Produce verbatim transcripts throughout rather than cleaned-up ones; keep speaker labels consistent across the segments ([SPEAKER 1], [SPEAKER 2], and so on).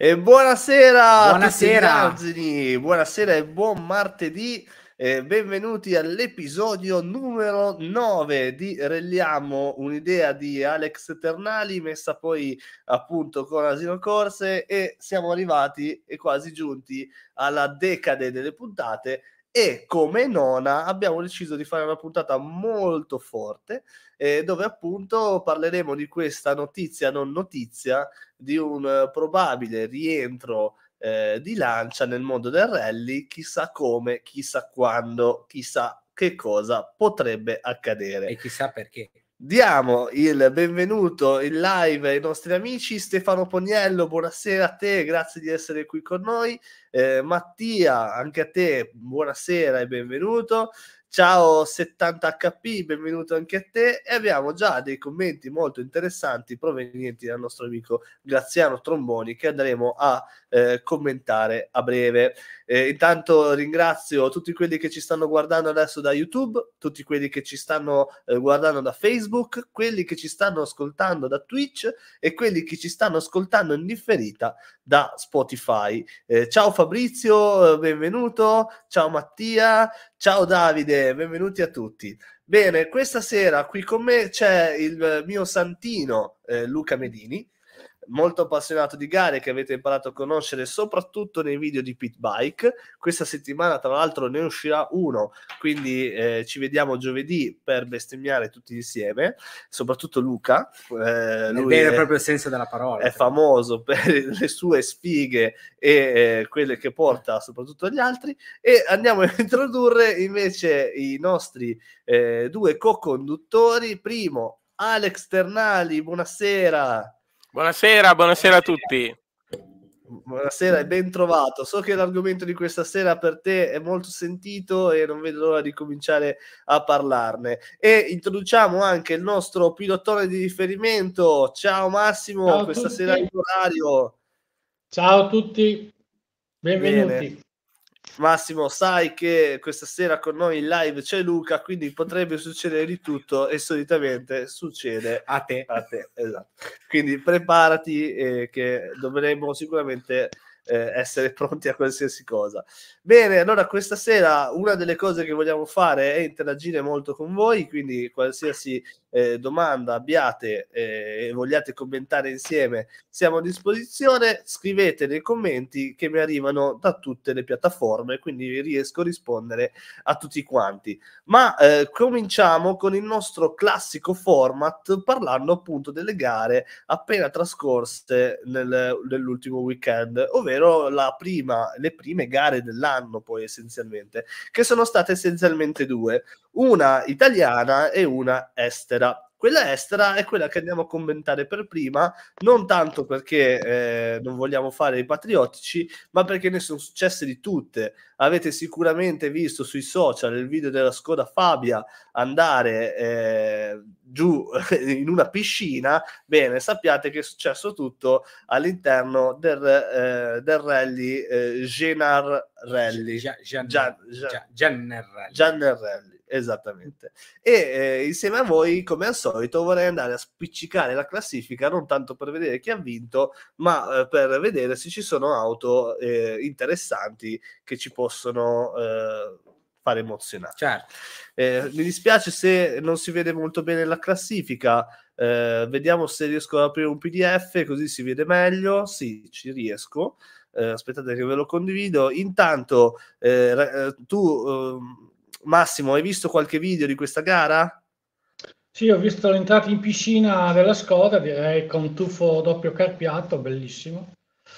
[SPEAKER 1] E buonasera,
[SPEAKER 2] buonasera
[SPEAKER 1] a tutti gli argini, buonasera e buon martedì, eh, benvenuti all'episodio numero nove di Relliamo, un'idea di Alex Ternali messa poi appunto con Asino Corse, e siamo arrivati e quasi giunti alla decade delle puntate. E come nona abbiamo deciso di fare una puntata molto forte, eh, dove appunto parleremo di questa notizia non notizia di un uh, probabile rientro eh, di Lancia nel mondo del rally, chissà come, chissà quando, chissà che cosa potrebbe accadere.
[SPEAKER 2] E chissà perché.
[SPEAKER 1] Diamo il benvenuto in live ai nostri amici. Stefano Poniello, buonasera a te, grazie di essere qui con noi. Eh, Mattia, anche a te, buonasera e benvenuto. Ciao settanta acca pi, benvenuto anche a te. E abbiamo già dei commenti molto interessanti provenienti dal nostro amico Graziano Tromboni, che andremo a eh, commentare a breve. Eh, intanto ringrazio tutti quelli che ci stanno guardando adesso da YouTube, tutti quelli che ci stanno eh, guardando da Facebook, quelli che ci stanno ascoltando da Twitch e quelli che ci stanno ascoltando in differita da Spotify. Eh, ciao Fabrizio, benvenuto. Ciao Mattia, ciao Davide, benvenuti a tutti. Bene, questa sera qui con me c'è il mio santino eh, Luca Medini, molto appassionato di gare, che avete imparato a conoscere soprattutto nei video di Pit Bike. Questa settimana tra l'altro ne uscirà uno, quindi eh, ci vediamo giovedì per bestemmiare tutti insieme, soprattutto Luca, eh,
[SPEAKER 2] nel
[SPEAKER 1] lui
[SPEAKER 2] vero
[SPEAKER 1] è,
[SPEAKER 2] e proprio senso della parola,
[SPEAKER 1] è famoso per le sue sfighe e eh, quelle che porta soprattutto agli altri. E andiamo a introdurre invece i nostri eh, due co-conduttori. Primo Alex Ternali, buonasera.
[SPEAKER 3] Buonasera, buonasera a tutti.
[SPEAKER 1] Buonasera e ben trovato. So che l'argomento di questa sera per te è molto sentito e non vedo l'ora di cominciare a parlarne. E introduciamo anche il nostro pilotone di riferimento. Ciao Massimo,
[SPEAKER 4] ciao
[SPEAKER 1] questa sera in orario.
[SPEAKER 4] Ciao a tutti, benvenuti.
[SPEAKER 1] Bene. Massimo, sai che questa sera con noi in live c'è Luca, quindi potrebbe succedere di tutto e solitamente succede
[SPEAKER 2] a te.
[SPEAKER 1] A te, esatto. Quindi preparati eh, che dovremo sicuramente eh, essere pronti a qualsiasi cosa. Bene, allora questa sera una delle cose che vogliamo fare è interagire molto con voi, quindi qualsiasi eh, domanda abbiate eh, e vogliate commentare insieme, siamo a disposizione. Scrivete nei commenti che mi arrivano da tutte le piattaforme, quindi riesco a rispondere a tutti quanti. Ma eh, cominciamo con il nostro classico format, parlando appunto delle gare appena trascorse nel, nell'ultimo weekend, ovvero la prima, le prime gare dell'anno, poi essenzialmente, che sono state essenzialmente due, una italiana e una estera. Quella estera è quella che andiamo a commentare per prima, non tanto perché eh, non vogliamo fare i patriottici, ma perché ne sono successe di tutte. Avete sicuramente visto sui social il video della Skoda Fabia andare eh, giù in una piscina. Bene, sappiate che è successo tutto all'interno del, eh, del rally eh, Genar Rally.
[SPEAKER 2] Janner
[SPEAKER 1] Rally. Esattamente. E eh, insieme a voi, come al solito, vorrei andare a spiccicare la classifica, non tanto per vedere chi ha vinto, ma eh, per vedere se ci sono auto eh, interessanti che ci possono eh, fare emozionare.
[SPEAKER 2] Certo.
[SPEAKER 1] Eh, mi dispiace se non si vede molto bene la classifica. Eh, vediamo se riesco ad aprire un P D F, così si vede meglio. Sì, ci riesco. Eh, aspettate che ve lo condivido. Intanto eh, tu eh, Massimo, hai visto qualche video di questa gara?
[SPEAKER 4] Sì, ho visto l'entrata in piscina della Skoda, direi con tuffo doppio carpiato, bellissimo.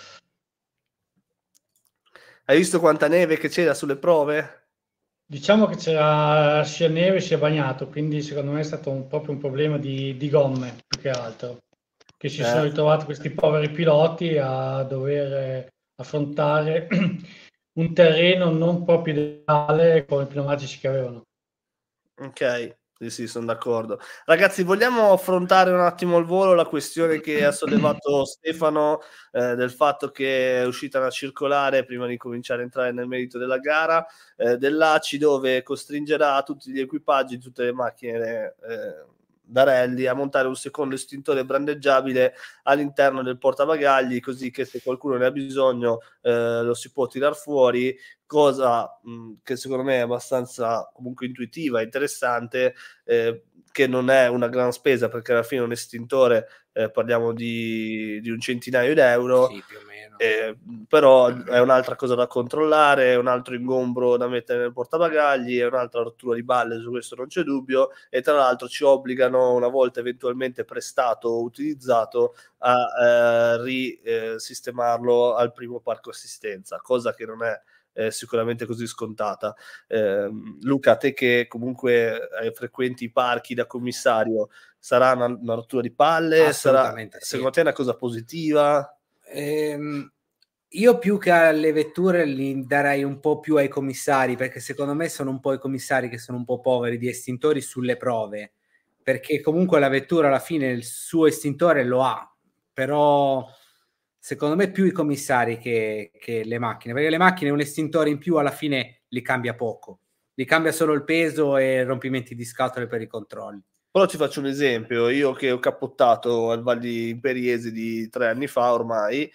[SPEAKER 1] Hai visto quanta neve che c'era sulle prove?
[SPEAKER 4] Diciamo che c'era sia neve sia bagnato, quindi secondo me è stato un, proprio un problema di, di gomme, più che altro, che si eh. sono ritrovati questi poveri piloti a dover affrontare un terreno non proprio ideale con i pneumatici che avevano.
[SPEAKER 1] Ok, sì, sì, sono d'accordo. Ragazzi, vogliamo affrontare un attimo al volo la questione che ha sollevato Stefano eh, del fatto che è uscita una circolare, prima di cominciare a entrare nel merito della gara, eh, dell'A C I, dove costringerà tutti gli equipaggi, tutte le macchine eh, da rally a montare un secondo estintore brandeggiabile all'interno del portabagagli, così che se qualcuno ne ha bisogno eh, lo si può tirar fuori, cosa mh, che secondo me è abbastanza comunque intuitiva, interessante, eh, che non è una gran spesa, perché alla fine un estintore eh, parliamo di, di un centinaio di euro.
[SPEAKER 2] Sì, più o meno.
[SPEAKER 1] Eh, però è un'altra cosa da controllare, è un altro ingombro da mettere nel portabagagli, è un'altra rottura di balle, su questo non c'è dubbio, e tra l'altro ci obbligano, una volta eventualmente prestato o utilizzato, a eh, risistemarlo eh, al primo parco assistenza, cosa che non è eh, sicuramente così scontata. eh, Luca, te che comunque eh, frequenti i parchi da commissario, sarà una, una rottura di palle?
[SPEAKER 2] Assolutamente
[SPEAKER 1] sarà,
[SPEAKER 2] sì.
[SPEAKER 1] secondo te è una cosa positiva?
[SPEAKER 2] Ehm, io più che alle vetture li darei un po' più ai commissari, perché secondo me sono un po' i commissari che sono un po' poveri di estintori sulle prove, perché comunque la vettura alla fine il suo estintore lo ha, però secondo me più i commissari che, che le macchine, perché le macchine un estintore in più alla fine li cambia poco, li cambia solo il peso e rompimenti di scatole per i controlli.
[SPEAKER 1] Però ti faccio un esempio, io che ho cappottato al Valli Imperiesi di tre anni fa ormai,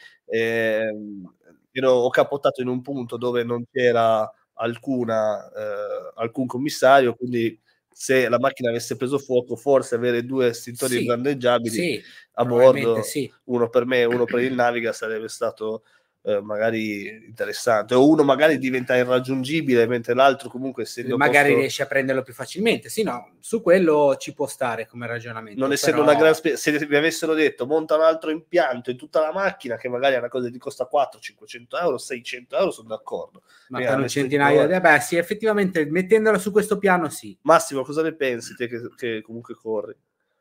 [SPEAKER 1] ehm, ero, ho cappottato in un punto dove non c'era alcuna, eh, alcun commissario, quindi se la macchina avesse preso fuoco, forse avere due estintori
[SPEAKER 2] Sì,
[SPEAKER 1] brandeggiabili
[SPEAKER 2] sì,
[SPEAKER 1] a bordo,
[SPEAKER 2] probabilmente sì.
[SPEAKER 1] uno per me e uno per il Naviga, sarebbe stato eh, magari interessante, o uno magari diventa irraggiungibile mentre l'altro comunque essendo
[SPEAKER 2] magari
[SPEAKER 1] posto,
[SPEAKER 2] riesci a prenderlo più facilmente. Sì, no, su quello ci può stare come ragionamento,
[SPEAKER 1] non essendo
[SPEAKER 2] però...
[SPEAKER 1] una gran spesa, se vi avessero detto monta un altro impianto in tutta la macchina, che magari è una cosa che ti costa quattro cinquecento euro, seicento euro, sono d'accordo,
[SPEAKER 2] ma
[SPEAKER 1] Quindi,
[SPEAKER 2] per un
[SPEAKER 1] un
[SPEAKER 2] centinaio di... beh sì, effettivamente mettendola su questo piano sì.
[SPEAKER 1] Massimo, cosa ne pensi te che, che comunque corri?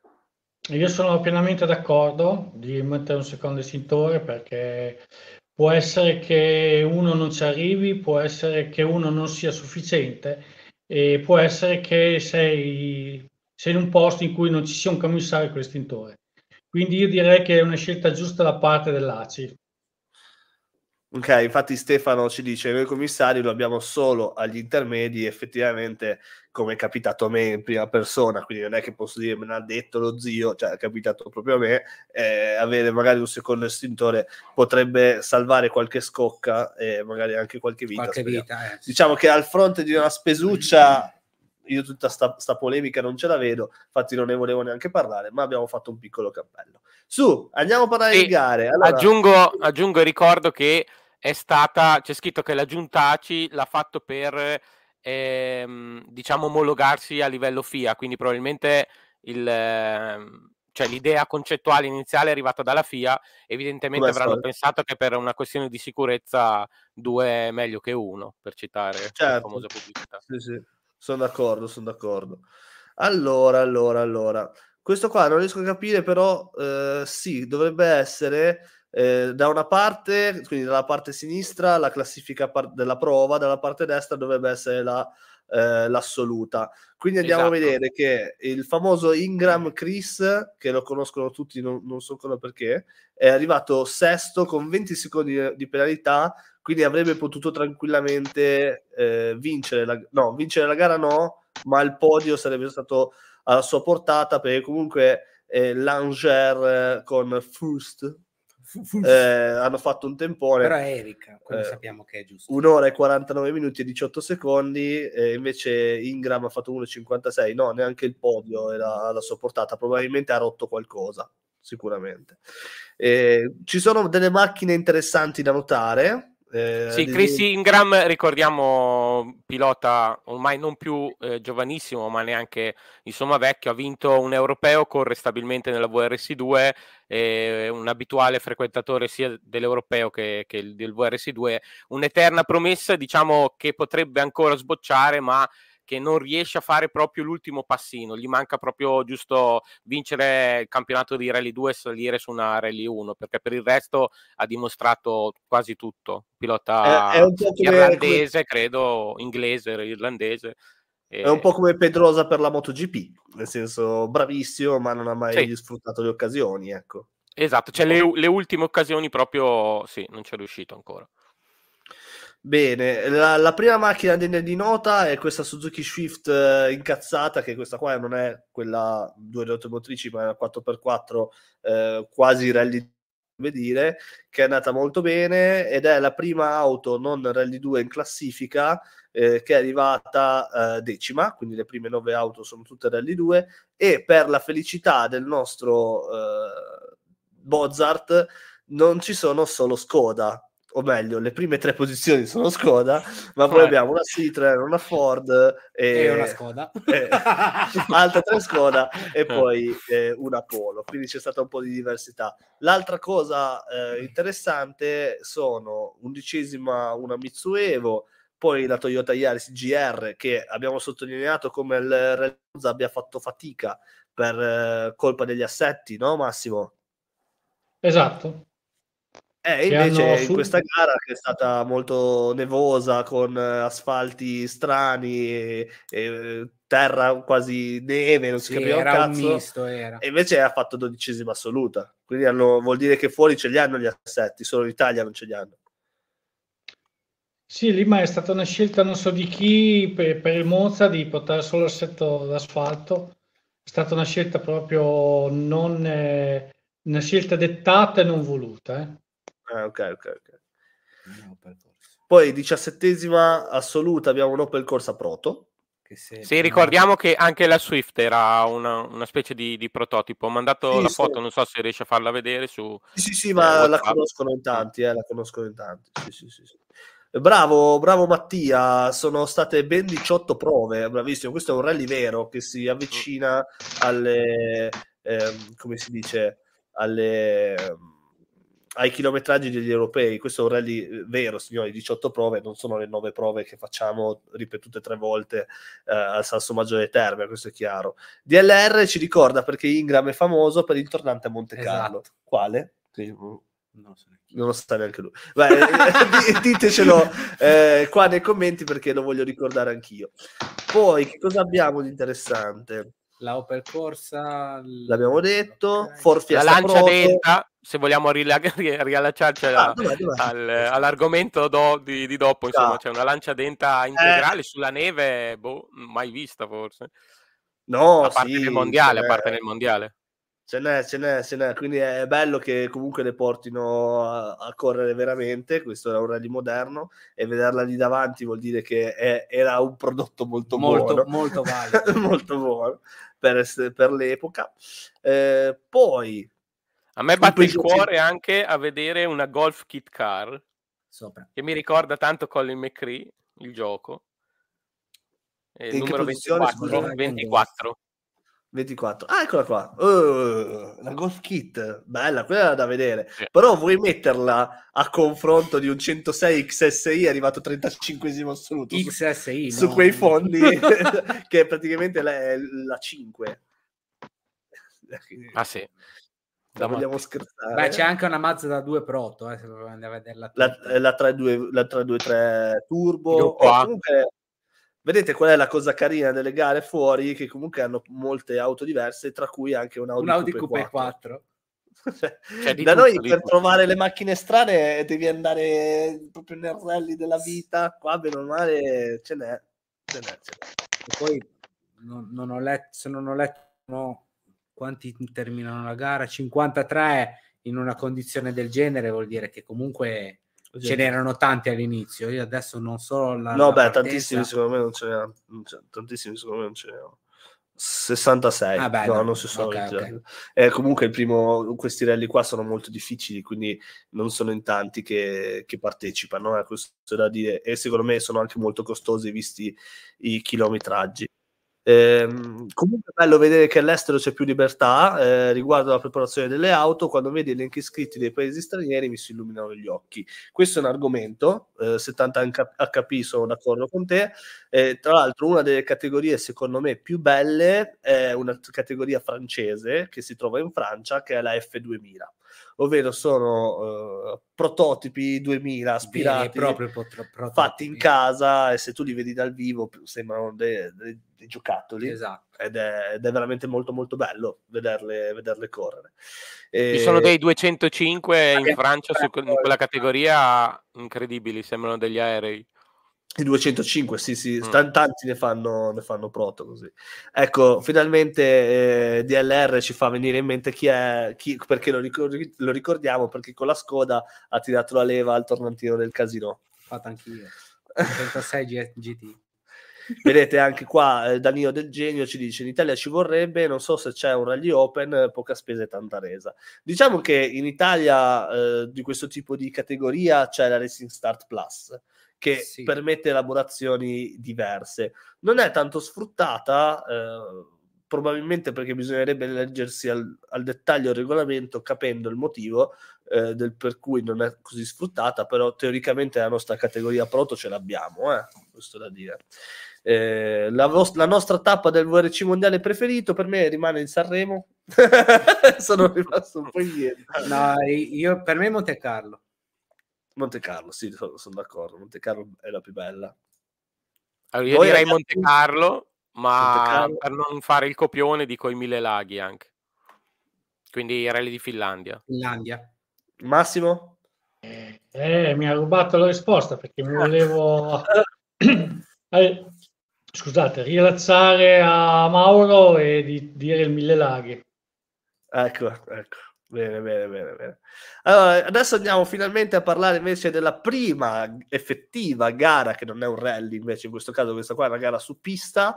[SPEAKER 4] Io sono pienamente d'accordo di mettere un secondo estintore, perché può essere che uno non ci arrivi, può essere che uno non sia sufficiente e può essere che sei, sei in un posto in cui non ci sia un commissario con l'estintore. Quindi io direi che è una scelta giusta da parte dell'A C I.
[SPEAKER 1] Ok, infatti Stefano ci dice noi commissari lo abbiamo solo agli intermedi, effettivamente come è capitato a me in prima persona, quindi non è che posso dire me l'ha detto lo zio, cioè è capitato proprio a me, eh, avere magari un secondo estintore potrebbe salvare qualche scocca e magari anche qualche vita,
[SPEAKER 2] qualche vita eh.
[SPEAKER 1] Diciamo che al fronte di una spesuccia io tutta sta, sta polemica non ce la vedo, infatti non ne volevo neanche parlare, ma abbiamo fatto un piccolo cappello. Su, andiamo a parlare
[SPEAKER 3] e
[SPEAKER 1] di gare. Allora...
[SPEAKER 3] aggiungo, aggiungo e ricordo che è stata, c'è scritto che la giunta A C I l'ha fatto per ehm, diciamo omologarsi a livello F I A, quindi probabilmente il, ehm, cioè l'idea concettuale iniziale è arrivata dalla F I A, evidentemente
[SPEAKER 1] Com'è
[SPEAKER 3] avranno
[SPEAKER 1] stato?
[SPEAKER 3] pensato che per una questione di sicurezza due è meglio che uno, per citare
[SPEAKER 1] certo.
[SPEAKER 3] la famosa pubblicità.
[SPEAKER 1] Sì, sì, sono d'accordo, sono d'accordo. Allora, allora, allora. Questo qua non riesco a capire, però eh, sì, dovrebbe essere eh, da una parte, quindi dalla parte sinistra, la classifica par- della prova, dalla parte destra dovrebbe essere la, eh, l'assoluta. Quindi andiamo
[SPEAKER 3] Esatto.
[SPEAKER 1] a vedere che il famoso Ingram Chris, che lo conoscono tutti, non, non so ancora perché, è arrivato sesto con venti secondi di, di penalità, quindi avrebbe potuto tranquillamente eh, vincere la, no, vincere la gara no, ma il podio sarebbe stato alla sua portata, perché comunque eh, Langer eh, con Fust eh, hanno fatto un tempone,
[SPEAKER 2] però è Erika, quello
[SPEAKER 1] eh,
[SPEAKER 2] sappiamo che è giusto,
[SPEAKER 1] un'ora e quarantanove minuti e diciotto secondi, eh, invece Ingram ha fatto uno e cinquantasei, no, neanche il podio era alla sua portata, probabilmente ha rotto qualcosa, sicuramente. Eh, ci sono delle macchine interessanti da notare. Eh,
[SPEAKER 3] sì, Chris Ingram, ricordiamo, pilota ormai non più eh, giovanissimo, ma neanche insomma vecchio, ha vinto un europeo, corre stabilmente nella V R S due, eh, un abituale frequentatore sia dell'europeo che, che del V R S due, un'eterna promessa, diciamo, che potrebbe ancora sbocciare, ma che non riesce a fare proprio l'ultimo passino, gli manca proprio giusto vincere il campionato di Rally due e salire su una Rally uno, perché per il resto ha dimostrato quasi tutto, pilota
[SPEAKER 1] è, è un po' come,
[SPEAKER 3] irlandese,
[SPEAKER 1] come...
[SPEAKER 3] credo, inglese, irlandese.
[SPEAKER 1] È un po' come Pedrosa per la MotoGP, nel senso bravissimo, ma non ha mai sì. sfruttato le occasioni, ecco.
[SPEAKER 3] Esatto, cioè le, le ultime occasioni proprio, sì, non c'è riuscito ancora.
[SPEAKER 1] Bene, la, la prima macchina degna di nota è questa Suzuki Swift eh, incazzata, che questa qua non è quella due ruote motrici, ma è una quattro per quattro eh, quasi rally, come dire, che è andata molto bene ed è la prima auto non rally due in classifica eh, che è arrivata eh, decima, quindi le prime nove auto sono tutte rally due, e per la felicità del nostro eh, Mozart non ci sono solo Skoda, o meglio, le prime tre posizioni sono Skoda, ma poi
[SPEAKER 3] Eh.
[SPEAKER 1] abbiamo una Citroen, una Ford e,
[SPEAKER 2] E una Skoda.
[SPEAKER 1] e altre tre Skoda e poi eh, una Polo, quindi c'è stata un po' di diversità. L'altra cosa eh, interessante sono undicesima una Mitsu Evo, poi la Toyota Yaris G R, che abbiamo sottolineato come il Renault abbia fatto fatica per eh, colpa degli assetti, no Massimo?
[SPEAKER 4] Esatto.
[SPEAKER 1] Eh, invece in
[SPEAKER 4] su...
[SPEAKER 1] questa gara, che è stata molto nevosa, con eh, asfalti strani e, e terra quasi neve, non si
[SPEAKER 2] Sì,
[SPEAKER 1] capiva un
[SPEAKER 2] era un
[SPEAKER 1] cazzo,
[SPEAKER 2] misto, era.
[SPEAKER 1] e invece ha fatto dodicesima assoluta, quindi hanno, vuol dire che fuori ce li hanno gli assetti, solo in Italia non ce li hanno.
[SPEAKER 4] Sì, lì ma è stata una scelta non so di chi per, per il Monza di portare solo l'assetto d'asfalto, è stata una scelta proprio non eh, una scelta dettata e non voluta. Eh.
[SPEAKER 1] Ah, ok, ok, ok. Poi diciassettesima assoluta abbiamo un Opel Corsa Proto.
[SPEAKER 3] Che se... Sì, ricordiamo che anche la Swift era una, una specie di, di prototipo. Ho mandato
[SPEAKER 1] sì,
[SPEAKER 3] la
[SPEAKER 1] sì.
[SPEAKER 3] foto, non so se riesci a farla vedere su
[SPEAKER 1] Sì, sì, sì, ma
[SPEAKER 3] eh,
[SPEAKER 1] la conoscono in tanti, eh, la conoscono in tanti. Sì, sì, sì, sì. Bravo, bravo Mattia, sono state ben diciotto prove, bravissimo, questo è un rally vero che si avvicina alle, ehm, come si dice, alle, ai chilometraggi degli europei. Questo è un rally vero, signori, diciotto prove, non sono le nove prove che facciamo ripetute tre volte eh, al Salso Maggiore Terme, questo è chiaro. D L R ci ricorda perché Ingram è famoso per il tornante a Monte Carlo.
[SPEAKER 2] Esatto.
[SPEAKER 1] Quale? Sì.
[SPEAKER 2] Non lo so neanche.
[SPEAKER 1] Non lo sa neanche lui. Beh, ditecelo eh, qua nei commenti perché lo voglio ricordare anch'io. Poi, che cosa abbiamo di interessante?
[SPEAKER 2] La Opel Corsa,
[SPEAKER 1] L'abbiamo detto.
[SPEAKER 2] okay.
[SPEAKER 1] Ford Fiesta
[SPEAKER 3] la Lancia
[SPEAKER 1] Proto.
[SPEAKER 3] Delta, se vogliamo rilag- riallacciarci
[SPEAKER 1] Ah, dov'è, dov'è?
[SPEAKER 3] al, all'argomento do, di, di dopo, insomma, c'è una Lancia Delta integrale eh. sulla neve, boh, mai vista forse.
[SPEAKER 1] No,
[SPEAKER 3] a parte
[SPEAKER 1] sì,
[SPEAKER 3] nel mondiale, a parte nel mondiale.
[SPEAKER 1] Ce n'è, ce n'è, ce n'è, quindi è bello che comunque le portino a, a correre veramente. Questo era un rally moderno e vederla lì davanti vuol dire che è, era un prodotto molto,
[SPEAKER 2] molto
[SPEAKER 1] buono,
[SPEAKER 2] molto valido,
[SPEAKER 1] molto buono per, essere, per l'epoca. Eh, poi
[SPEAKER 3] a me batte il cuore anche a vedere una Golf Kit Car
[SPEAKER 2] sopra,
[SPEAKER 3] che mi ricorda tanto Colin McRae, il gioco. Il numero ventiquattro, ventiquattro.
[SPEAKER 1] ventiquattro. Ah, eccola qua. Uh, la Golf Kit, bella, quella da vedere.
[SPEAKER 3] Sì.
[SPEAKER 1] Però vuoi metterla a confronto di un centosei X S I arrivato trentacinquesimo assoluto
[SPEAKER 2] X S I,
[SPEAKER 1] su,
[SPEAKER 2] no,
[SPEAKER 1] su quei
[SPEAKER 2] no.
[SPEAKER 1] fondi che praticamente è la cinque.
[SPEAKER 3] Ah sì.
[SPEAKER 1] La vogliamo scherzare?
[SPEAKER 2] Beh, c'è anche una Mazda due Proto, eh, se andate a vederla
[SPEAKER 1] la, la tre due tre Turbo. Oh, comunque vedete qual è la cosa carina delle gare fuori? Che comunque hanno molte auto diverse, tra cui anche un Audi,
[SPEAKER 2] un Audi
[SPEAKER 1] Coupé quattro.
[SPEAKER 2] quattro.
[SPEAKER 1] Cioè, da tutto, noi per tutto. Trovare le macchine strane devi andare proprio nel rally della vita. Qua bene o male ce n'è, ce n'è, ce n'è.
[SPEAKER 2] E poi non, non ho letto, se non ho letto no, quanti terminano la gara, cinquantatré in una condizione del genere vuol dire che comunque ce n'erano tanti all'inizio. Io adesso non so la,
[SPEAKER 1] no
[SPEAKER 2] la
[SPEAKER 1] beh
[SPEAKER 2] partenza.
[SPEAKER 1] tantissimi secondo me non ce n'erano, tantissimi secondo me non ce n'erano. sessantasei,
[SPEAKER 2] ah beh,
[SPEAKER 1] no,
[SPEAKER 2] no,
[SPEAKER 1] non si sono
[SPEAKER 2] okay, okay.
[SPEAKER 1] Eh, comunque il primo, questi rally qua sono molto difficili, quindi non sono in tanti che, che partecipano, eh, questo è da dire, e secondo me sono anche molto costosi visti i chilometraggi. Eh, comunque è bello vedere che all'estero c'è più libertà eh, riguardo alla preparazione delle auto. Quando vedi elenchi iscritti dei paesi stranieri mi si illuminano gli occhi. Questo è un argomento, eh, settanta H P sono d'accordo con te. Eh, tra l'altro una delle categorie secondo me più belle è una categoria francese che si trova in Francia, che è la F duemila. ovvero sono uh, prototipi duemila aspirati,
[SPEAKER 2] proprio potro-
[SPEAKER 1] fatti in casa, e se tu li vedi dal vivo sembrano dei, dei, dei giocattoli,
[SPEAKER 2] esatto.
[SPEAKER 1] ed, è, ed è veramente molto molto bello vederle, vederle correre.
[SPEAKER 3] Ci sono dei duecentocinque in Francia su, in quella categoria incredibili, sembrano degli aerei.
[SPEAKER 1] I duecentocinque, sì, sì,
[SPEAKER 3] Mm.
[SPEAKER 1] tanti ne fanno, ne fanno proto così. Ecco, finalmente eh, D L R ci fa venire in mente chi è, chi, perché lo, ricordi, lo ricordiamo, perché con la Skoda ha tirato la leva al tornantino del casino.
[SPEAKER 2] Fatto anch'io. trentasei G T.
[SPEAKER 1] Vedete anche qua eh, Danilo del Genio ci dice: in Italia ci vorrebbe, non so se c'è un rally open, poca spesa e tanta resa. Diciamo che in Italia eh, di questo tipo di categoria c'è la Racing Start Plus, che sì, permette elaborazioni diverse. Non è tanto sfruttata, eh, probabilmente perché bisognerebbe leggersi al, al dettaglio il regolamento, capendo il motivo eh, del per cui non è così sfruttata, però teoricamente la nostra categoria proto ce l'abbiamo, eh, questo da dire. Eh, la, vo- la nostra tappa del V R C mondiale preferito per me rimane il Sanremo. Sono rimasto un po' indietro.
[SPEAKER 2] No, io, per me Monte Carlo.
[SPEAKER 1] Monte Carlo, sì, sono, sono d'accordo. Monte Carlo è la più bella.
[SPEAKER 3] Allora, io
[SPEAKER 1] Voi,
[SPEAKER 3] direi
[SPEAKER 1] ragazzi?
[SPEAKER 3] Monte Carlo, ma
[SPEAKER 1] Monte Carlo.
[SPEAKER 3] per non fare il copione dico i Mille Laghi anche. Quindi i rally di Finlandia.
[SPEAKER 2] Finlandia.
[SPEAKER 1] Massimo?
[SPEAKER 4] Eh, mi ha rubato la risposta perché mi volevo eh, scusate, rilazzare a Mauro e di dire il Mille Laghi.
[SPEAKER 1] Ecco, ecco. Bene, bene, bene, bene. Allora, adesso andiamo finalmente a parlare invece della prima effettiva gara, che non è un rally, invece in questo caso questa qua è una gara su pista,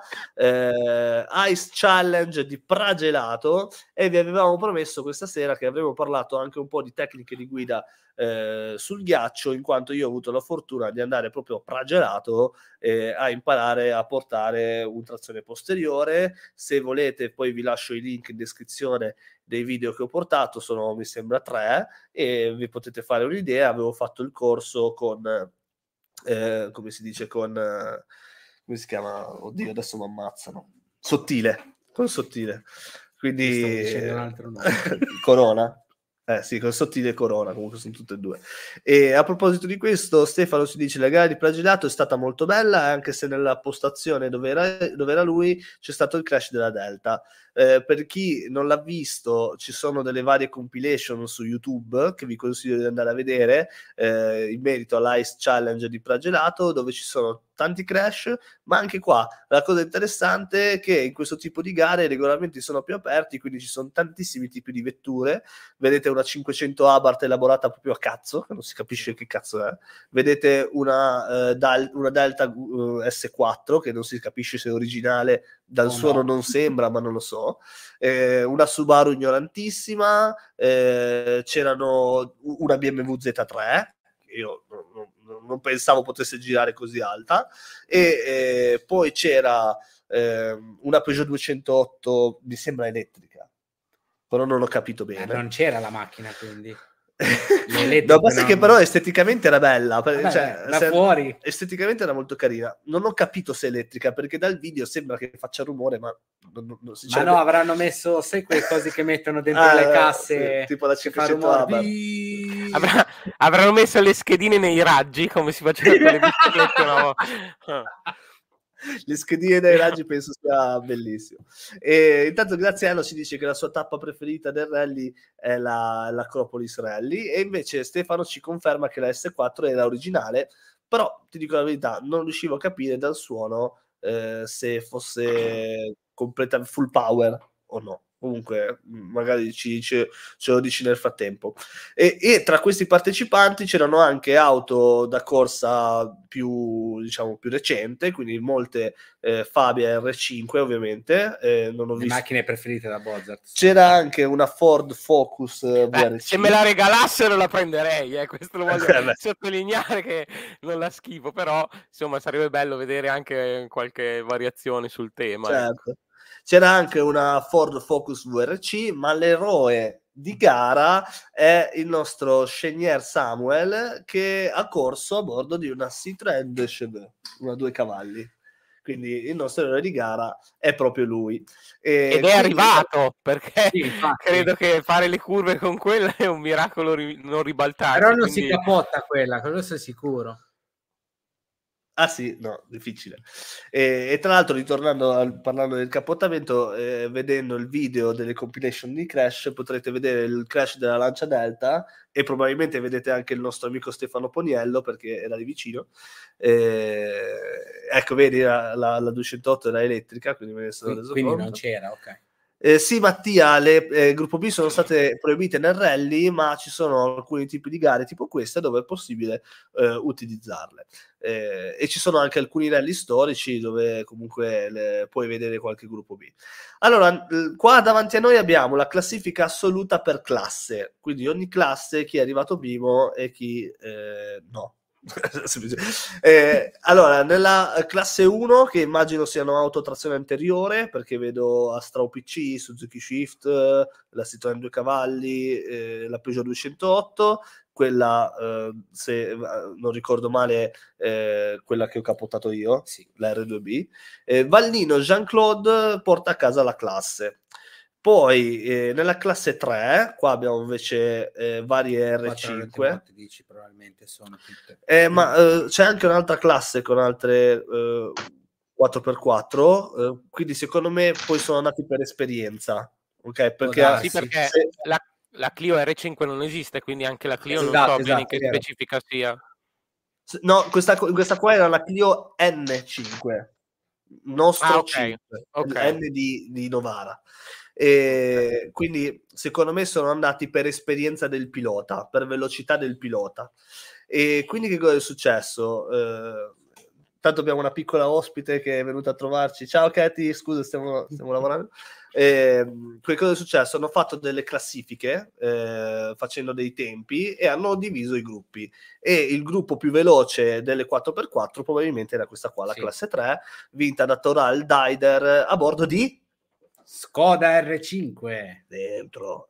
[SPEAKER 1] eh, Ice Challenge di Pragelato, e vi avevamo promesso questa sera che avremmo parlato anche un po' di tecniche di guida eh, sul ghiaccio, in quanto io ho avuto la fortuna di andare proprio a Pragelato eh, a imparare a portare un trazione posteriore. Se volete poi vi lascio i link in descrizione dei video che ho portato, sono mi sembra tre, e vi potete fare un'idea. Avevo fatto il corso con eh, come si dice con eh, come si chiama, oddio adesso mi ammazzano, Sottile, con Sottile, quindi
[SPEAKER 2] dicendo un altro nome.
[SPEAKER 1] Corona. Eh sì, con Sottile e Corona, comunque sono tutte e due. E a proposito di questo, Stefano si dice: la gara di Pragelato è stata molto bella, anche se nella postazione dove era, dove era lui c'è stato il crash della Delta. Eh, per chi non l'ha visto, ci sono delle varie compilation su YouTube che vi consiglio di andare a vedere eh, in merito all'Ice Challenge di Pragelato, dove ci sono tanti crash, ma anche qua la cosa interessante è che in questo tipo di gare i regolamenti sono più aperti, quindi ci sono tantissimi tipi di vetture. Vedete una cinquecento Abarth elaborata proprio a cazzo, che non si capisce che cazzo è. Vedete una, uh, Dal- una Delta uh, S quattro, che non si capisce se è originale, dal oh suono no. non sembra, ma non lo so. Eh, una Subaru ignorantissima, eh, c'erano una B M W Z tre, io non, non, non pensavo potesse girare così alta, e eh, poi c'era eh, una Peugeot duecentootto, mi sembra elettrica, però non ho capito bene.
[SPEAKER 2] Eh, non c'era la macchina, quindi
[SPEAKER 1] no, basta non... che però esteticamente era bella.
[SPEAKER 2] Vabbè,
[SPEAKER 1] cioè,
[SPEAKER 2] da fuori
[SPEAKER 1] esteticamente era molto carina. Non ho capito se è elettrica, perché dal video sembra che faccia rumore, ma non, non,
[SPEAKER 2] ma no, avranno messo, sai, quelle cose che mettono dentro
[SPEAKER 1] ah,
[SPEAKER 2] le casse,
[SPEAKER 1] sì, tipo la cinquecento Abarth.
[SPEAKER 3] Avrà, avranno messo le schedine nei raggi, come si faceva con le biciclette, no?
[SPEAKER 1] Le schedine dai raggi penso sia bellissimo. E intanto Graziano ci dice che la sua tappa preferita del rally è la, l'Acropolis Rally, e invece Stefano ci conferma che la S quattro era originale, però ti dico la verità, non riuscivo a capire dal suono eh, se fosse completa full power o no. Comunque magari ci, ci, ce lo dici nel frattempo. E, e tra questi partecipanti c'erano anche auto da corsa più, diciamo, più recente, quindi molte eh, Fabia R cinque ovviamente. Eh, non ho
[SPEAKER 2] le
[SPEAKER 1] visto...
[SPEAKER 2] macchine preferite da Bozzart.
[SPEAKER 1] C'era anche una Ford Focus eh, V R C.
[SPEAKER 3] Se me la regalassero la prenderei, eh. Questo lo voglio sottolineare, che non la schifo, però insomma sarebbe bello vedere anche qualche variazione sul tema.
[SPEAKER 1] Certo.
[SPEAKER 3] Ecco.
[SPEAKER 1] C'era anche una Ford Focus V R C, ma l'eroe di gara è il nostro Chenier Samuel, che ha corso a bordo di una Citroën D C V, una due cavalli. quindi il nostro eroe di gara è proprio lui. E
[SPEAKER 3] Ed è
[SPEAKER 1] quindi...
[SPEAKER 3] arrivato, perché
[SPEAKER 2] sì,
[SPEAKER 3] credo che fare le curve con quella è un miracolo ri- non ribaltarsi.
[SPEAKER 2] Però non
[SPEAKER 3] quindi...
[SPEAKER 2] si capotta quella, quello sono sicuro.
[SPEAKER 1] Ah sì, no, difficile. E, e tra l'altro, ritornando al, parlando del capottamento, eh, vedendo il video delle compilation di Crash, potrete vedere il crash della Lancia Delta e probabilmente vedete anche il nostro amico Stefano Poniello, perché era lì vicino. Eh, ecco, vedi, la, la, la duecentotto era elettrica, quindi me ne sono reso
[SPEAKER 2] Quindi
[SPEAKER 1] conto.
[SPEAKER 2] non c'era, ok.
[SPEAKER 1] Eh, sì, Mattia, le eh, gruppo B sono state proibite nel rally, ma ci sono alcuni tipi di gare tipo queste dove è possibile eh, utilizzarle. Eh, e ci sono anche alcuni rally storici dove comunque le, puoi vedere qualche gruppo B. Allora, qua davanti a noi abbiamo la classifica assoluta per classe, quindi ogni classe, chi è arrivato primo e chi eh, no. eh, allora, nella classe uno, che immagino siano autotrazione anteriore, perché vedo Astra O P C, Suzuki Shift, la Citroen due cavalli, eh, la Peugeot duecentotto, quella, eh, se non ricordo male, eh, quella che ho capotato io, sì, la R due B. Eh, Vallino Jean-Claude porta a casa la classe. Poi eh, nella classe tre, qua abbiamo invece eh, varie R cinque.
[SPEAKER 2] Dici, probabilmente sono tutte.
[SPEAKER 1] Eh, ma eh, c'è anche un'altra classe con altre eh, quattro per quattro, eh, quindi secondo me poi sono andati per esperienza. Ok, perché,
[SPEAKER 3] sì, perché
[SPEAKER 1] se...
[SPEAKER 3] la, la Clio R cinque non esiste, quindi anche la Clio
[SPEAKER 1] esatto,
[SPEAKER 3] non so
[SPEAKER 1] esatto,
[SPEAKER 3] bene in che
[SPEAKER 1] vero.
[SPEAKER 3] specifica sia.
[SPEAKER 1] No, questa, questa qua era la Clio N cinque, nostro
[SPEAKER 3] ah, okay.
[SPEAKER 1] cinque,
[SPEAKER 3] Okay.
[SPEAKER 1] N di, di Novara. E okay. Quindi secondo me sono andati per esperienza del pilota, per velocità del pilota. E quindi che cosa è successo? Eh, tanto abbiamo una piccola ospite che è venuta a trovarci. Ciao Katy, scusa, stiamo, stiamo lavorando. Eh, che cosa è successo? Hanno fatto delle classifiche eh, facendo dei tempi e hanno diviso i gruppi, e il gruppo più veloce delle quattro per quattro probabilmente era questa qua, la sì. classe tre, vinta da Toral Dider a bordo di
[SPEAKER 2] Skoda R cinque
[SPEAKER 1] dentro.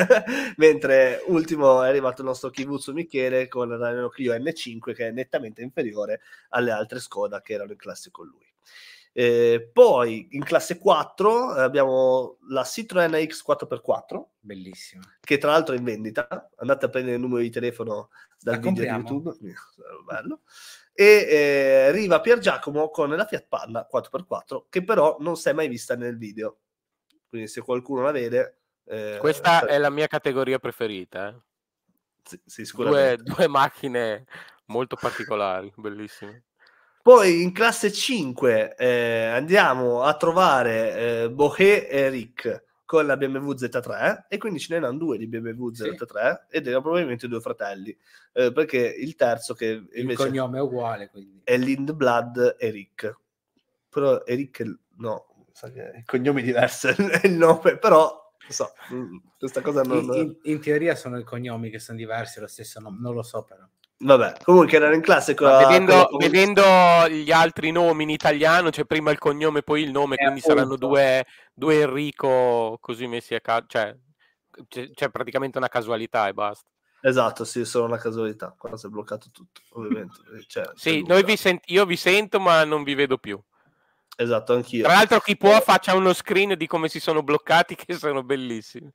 [SPEAKER 1] Mentre ultimo è arrivato il nostro Kivuzzo Michele con la Renault Clio N cinque, che è nettamente inferiore alle altre Skoda che erano in classe con lui. Eh, poi in classe quattro abbiamo la Citroen A X quattro per quattro,
[SPEAKER 2] bellissima,
[SPEAKER 1] che tra l'altro è in vendita. Andate a prendere il numero di telefono dal la video compriamo. Di YouTube, bello. E eh, Riva Pier Giacomo con la Fiat Panda quattro per quattro, che però non si è mai vista nel video, quindi se qualcuno la vede, eh,
[SPEAKER 3] questa per... è la mia categoria preferita, eh.
[SPEAKER 1] sì, sì, sicuramente.
[SPEAKER 3] Due, due macchine molto particolari, bellissime.
[SPEAKER 1] Poi in classe cinque eh, andiamo a trovare eh, Bohe e Rick con la B M W Z tre, e quindi ce n'erano due di B M W Z tre, sì. Ed erano probabilmente due fratelli, eh, perché il terzo, che invece
[SPEAKER 2] il cognome è uguale, quindi
[SPEAKER 1] è Lindblad e Rick, però Eric no, sa che il cognome diverso è il nome, però non so, questa cosa non...
[SPEAKER 2] in, in, in teoria sono i cognomi che sono diversi, lo stesso nome, non lo so però.
[SPEAKER 1] Vabbè, comunque erano in classe con
[SPEAKER 3] la, vedendo,
[SPEAKER 1] con la...
[SPEAKER 3] vedendo gli altri nomi in italiano, c'è prima il cognome poi il nome, eh, quindi appunto. Saranno due, due Enrico così messi a caso, cioè c'è, c'è praticamente una casualità e basta.
[SPEAKER 1] Esatto, sì, solo una casualità, quando si è bloccato tutto, ovviamente. Cioè,
[SPEAKER 3] sì, noi vi sent- io vi sento ma non vi vedo più.
[SPEAKER 1] Esatto, anch'io.
[SPEAKER 3] Tra l'altro chi può faccia uno screen di come si sono bloccati, che sono bellissimi.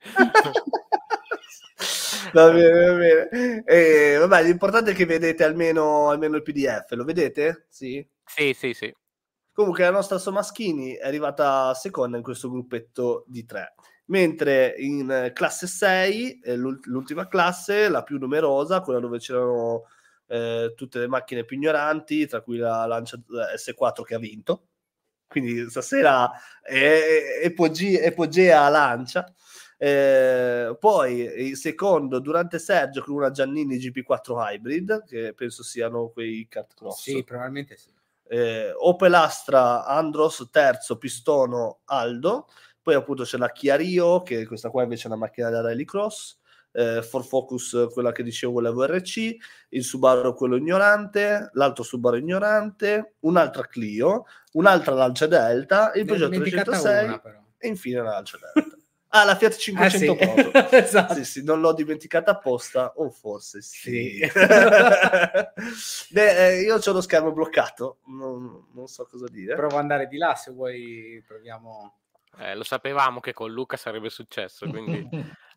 [SPEAKER 1] Va bene, va bene. E, vabbè, l'importante è che vedete almeno, almeno il P D F, lo vedete? Sì?
[SPEAKER 3] Sì, sì, sì.
[SPEAKER 1] Comunque la nostra Somaschini è arrivata seconda in questo gruppetto di tre, mentre in classe sei, l'ultima classe, la più numerosa, quella dove c'erano eh, tutte le macchine più ignoranti, tra cui la Lancia S quattro che ha vinto, quindi stasera è epogea Lancia. Eh, poi il secondo Durante Sergio con una Giannini G P quattro Hybrid, che penso siano quei kart cross.
[SPEAKER 2] Sì, probabilmente sì.
[SPEAKER 1] Eh, Opel Astra Andros terzo, Pistono Aldo. Poi appunto c'è la Kia Rio, che questa qua invece è una macchina da rallycross. eh, Ford Focus, quella che dicevo, la V R C, il Subaru quello ignorante, l'altro Subaru ignorante, un'altra Clio, un'altra Lancia Delta, il Peugeot trecentosei una, e infine la Lancia Delta. Ah, la Fiat cinquecento
[SPEAKER 2] Ah, sì.
[SPEAKER 1] Proto.
[SPEAKER 2] Esatto.
[SPEAKER 1] Sì, sì, non l'ho dimenticata apposta, o forse sì.
[SPEAKER 2] Sì.
[SPEAKER 1] Beh, eh, io ho lo schermo bloccato, non, non so cosa dire.
[SPEAKER 2] Provo ad andare di là se vuoi, proviamo.
[SPEAKER 3] Eh, lo sapevamo che con Luca sarebbe successo, quindi...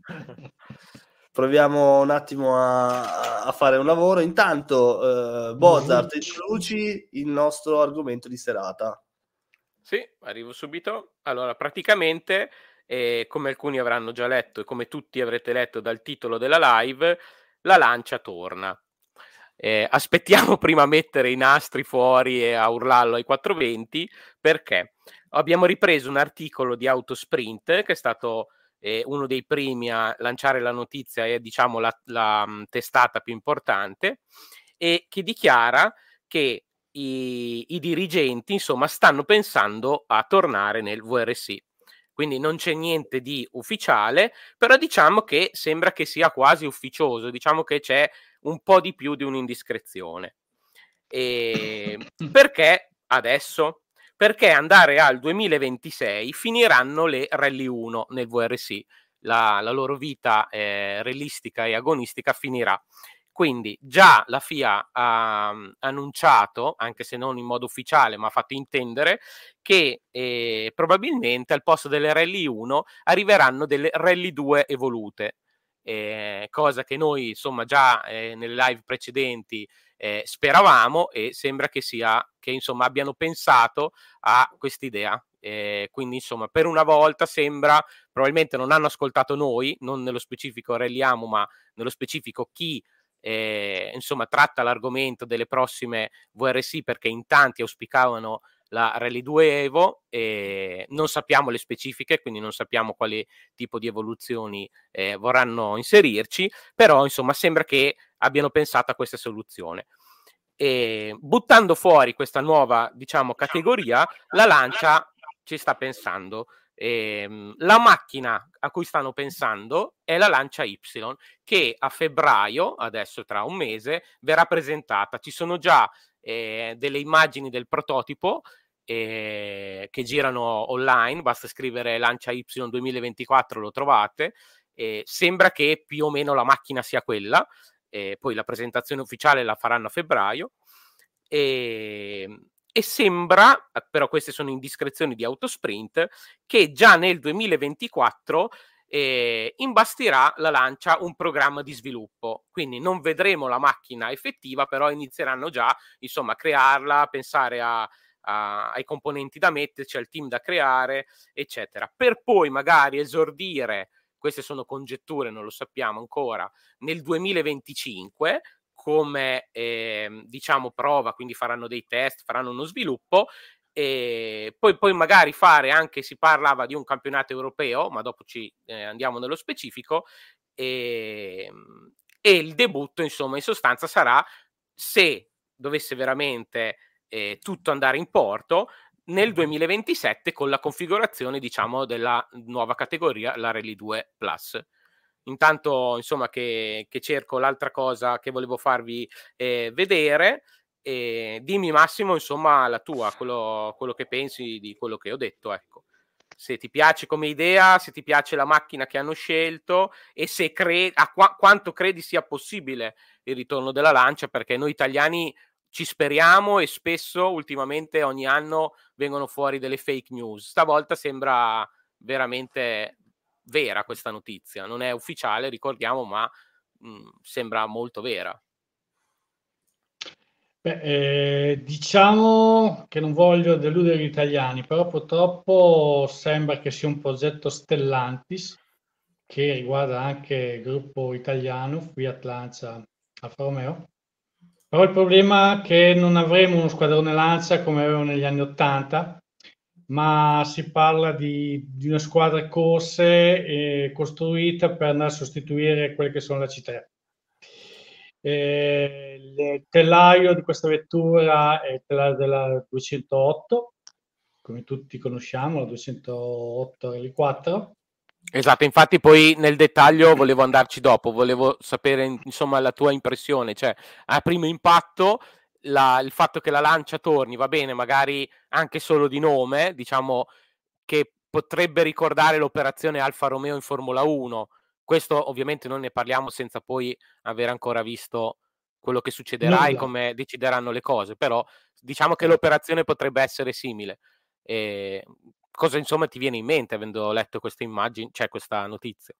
[SPEAKER 1] Proviamo un attimo a, a fare un lavoro. Intanto, eh, Bozart, introduci il nostro argomento di serata.
[SPEAKER 3] Sì, arrivo subito. Allora, praticamente, eh, come alcuni avranno già letto e come tutti avrete letto dal titolo della live, la Lancia torna. Eh, aspettiamo prima a mettere i nastri fuori e a urlarlo ai quattrocentoventi, perché abbiamo ripreso un articolo di Autosprint, che è stato eh, uno dei primi a lanciare la notizia e diciamo la, la um, testata più importante, e che dichiara che I, i dirigenti, insomma, stanno pensando a tornare nel V R C. Quindi non c'è niente di ufficiale, però diciamo che sembra che sia quasi ufficioso, diciamo che c'è un po' di più di un'indiscrezione. E perché adesso? Perché andare al duemilaventisei finiranno le Rally uno nel V R C, la, la loro vita eh, realistica e agonistica finirà. Quindi già la F I A ha annunciato, anche se non in modo ufficiale, ma ha fatto intendere che eh, probabilmente al posto delle Rally uno arriveranno delle Rally due evolute, eh, cosa che noi insomma già eh, nelle live precedenti eh, speravamo, e sembra che sia che insomma abbiano pensato a quest'idea. Eh, quindi insomma per una volta sembra, probabilmente non hanno ascoltato noi, non nello specifico Rally Amo, ma nello specifico chi Eh, insomma tratta l'argomento delle prossime V R C, perché in tanti auspicavano la Rally due Evo, e non sappiamo le specifiche, quindi non sappiamo quale tipo di evoluzioni eh, vorranno inserirci, però insomma sembra che abbiano pensato a questa soluzione. E buttando fuori questa nuova, diciamo, categoria, la Lancia ci sta pensando. E, la macchina a cui stanno pensando è la Lancia Y, che a febbraio, adesso tra un mese, verrà presentata. Ci sono già eh, delle immagini del prototipo eh, che girano online, basta scrivere Lancia Y duemilaventiquattro, lo trovate. Eh, sembra che più o meno la macchina sia quella, eh, poi la presentazione ufficiale la faranno a febbraio. E, e sembra, però queste sono indiscrezioni di Autosprint, che già nel duemilaventiquattro eh, imbastirà la Lancia un programma di sviluppo, quindi non vedremo la macchina effettiva, però inizieranno già insomma a crearla, a pensare a, a, ai componenti da metterci, al team da creare, eccetera, per poi magari esordire, queste sono congetture, non lo sappiamo ancora, nel duemilaventicinque come eh, diciamo prova, quindi faranno dei test, faranno uno sviluppo, e poi, poi magari fare anche, si parlava di un campionato europeo, ma dopo ci eh, andiamo nello specifico, e, e il debutto insomma in sostanza sarà, se dovesse veramente eh, tutto andare in porto, nel duemilaventisette, con la configurazione diciamo della nuova categoria, la Rally due Plus. Intanto insomma che, che cerco l'altra cosa che volevo farvi eh, vedere, e dimmi Massimo insomma la tua, quello, quello che pensi di quello che ho detto, ecco. Se ti piace come idea, se ti piace la macchina che hanno scelto, e se credi, a qu- quanto credi sia possibile il ritorno della Lancia, perché noi italiani ci speriamo e spesso ultimamente ogni anno vengono fuori delle fake news. Stavolta sembra veramente vera questa notizia, non è ufficiale, ricordiamo, ma mh, sembra molto vera.
[SPEAKER 4] Beh, eh, diciamo che non voglio deludere gli italiani, però purtroppo sembra che sia un progetto Stellantis che riguarda anche il gruppo italiano Fiat Lancia Alfa Romeo. Però il problema è che non avremo uno squadrone Lancia come avevamo negli anni Ottanta, ma si parla di, di una squadra corse eh, costruita per andare a sostituire quelle che sono la C tre. Eh, il telaio di questa vettura è il telaio della duecentootto, come tutti conosciamo, la duecentootto Rally quattro.
[SPEAKER 3] Esatto, infatti poi nel dettaglio volevo andarci dopo, volevo sapere insomma la tua impressione, cioè a primo impatto la, il fatto che la Lancia torni, va bene, magari anche solo di nome, diciamo che potrebbe ricordare l'operazione Alfa Romeo in Formula uno. Questo ovviamente non ne parliamo senza poi aver ancora visto quello che succederà
[SPEAKER 4] Nulla.
[SPEAKER 3] e come decideranno le cose, però diciamo che l'operazione potrebbe essere simile. E cosa insomma ti viene in mente avendo letto queste immagini, cioè questa notizia?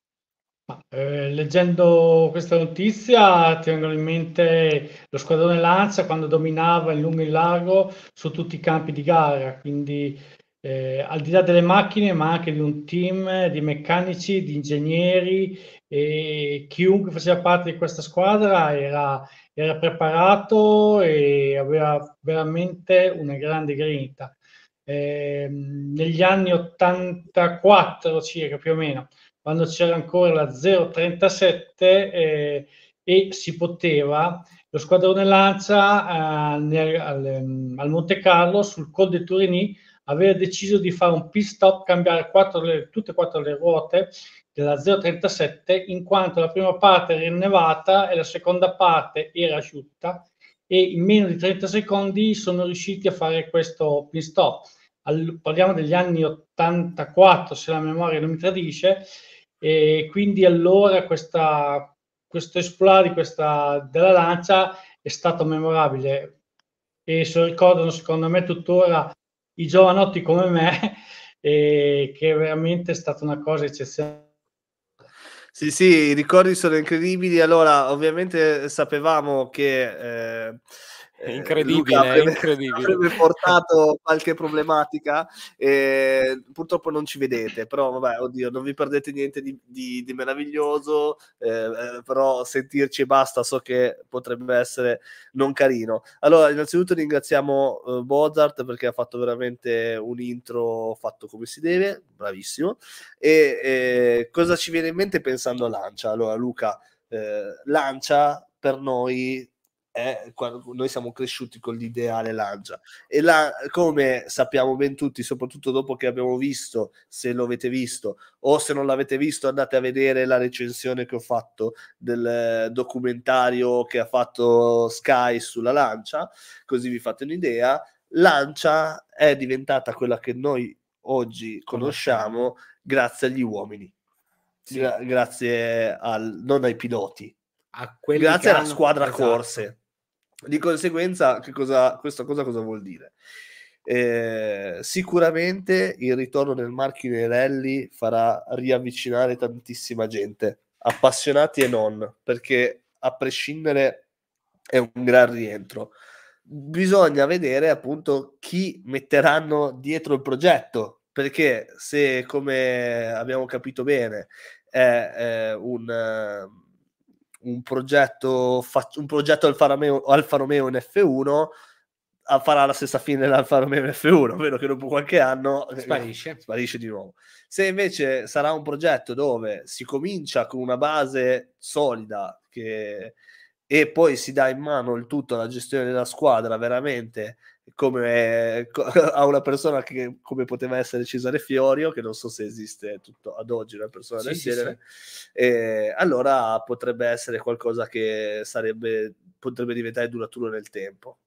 [SPEAKER 4] Ma, eh, leggendo questa notizia ti vengono in mente lo squadrone Lancia quando dominava in lungo e in largo su tutti i campi di gara, quindi eh, al di là delle macchine, ma anche di un team di meccanici, di ingegneri, e chiunque faceva parte di questa squadra era, era preparato e aveva veramente una grande grinta. Eh, negli anni ottantaquattro circa più o meno, quando c'era ancora la zero trentasette eh, e si poteva, lo squadrone Lancia eh, nel, al, al Monte Carlo sul Col de Tourigny aveva deciso di fare un pit stop, cambiare quattro, le, tutte e quattro le ruote della zero trentasette, in quanto la prima parte era innevata e la seconda parte era asciutta, e in meno di trenta secondi sono riusciti a fare questo pit stop. All, parliamo degli anni ottantaquattro, se la memoria non mi tradisce, e quindi allora questa, questo esplode questa, della Lancia è stato memorabile, e se lo ricordano secondo me tuttora i giovanotti come me, e che è veramente stata una cosa eccezionale.
[SPEAKER 1] Sì, sì, i ricordi sono incredibili. Allora, ovviamente sapevamo che eh, eh,
[SPEAKER 3] incredibile,
[SPEAKER 1] Luca avrebbe,
[SPEAKER 3] incredibile.
[SPEAKER 1] avrebbe portato qualche problematica. Eh, purtroppo non ci vedete, però vabbè, oddio, non vi perdete niente di, di, di meraviglioso, eh, però sentirci e basta, so che potrebbe essere non carino. Allora, innanzitutto ringraziamo eh, Mozart perché ha fatto veramente un intro fatto come si deve, bravissimo. E eh, cosa ci viene in mente pensando a Lancia? Allora, Luca, eh, Lancia per noi è quando noi siamo cresciuti con l'ideale Lancia, e la, come sappiamo ben tutti, soprattutto dopo che abbiamo visto, se lo avete visto o se non l'avete visto andate a vedere la recensione che ho fatto del documentario che ha fatto Sky sulla Lancia, così vi fate un'idea. Lancia è diventata quella che noi oggi conosciamo grazie agli uomini,
[SPEAKER 2] Sì.
[SPEAKER 1] Gra- grazie al, non ai piloti,
[SPEAKER 2] A quelli
[SPEAKER 1] grazie
[SPEAKER 2] che
[SPEAKER 1] alla
[SPEAKER 2] hanno...
[SPEAKER 1] squadra
[SPEAKER 2] esatto.
[SPEAKER 1] corse. Di conseguenza, che cosa, questa cosa cosa vuol dire? Eh, sicuramente il ritorno del marchio Pirelli farà riavvicinare tantissima gente, appassionati e non, perché a prescindere è un gran rientro. Bisogna vedere appunto chi metteranno dietro il progetto, perché se, come abbiamo capito bene, è, è un, uh, un progetto fa- un progetto Alfa Romeo, Alfa Romeo in F uno, farà la stessa fine dell'Alfa Romeo in F uno, ovvero che dopo qualche anno
[SPEAKER 2] sparisce.
[SPEAKER 1] Eh, sparisce di nuovo. Se invece sarà un progetto dove si comincia con una base solida che e poi si dà in mano il tutto alla gestione della squadra veramente come a una persona che come poteva essere Cesare Fiorio, che non so se esiste tutto ad oggi una persona
[SPEAKER 2] Sì,
[SPEAKER 1] del
[SPEAKER 2] sì,
[SPEAKER 1] genere,
[SPEAKER 2] sì.
[SPEAKER 1] E allora potrebbe essere qualcosa che sarebbe potrebbe diventare duraturo nel tempo.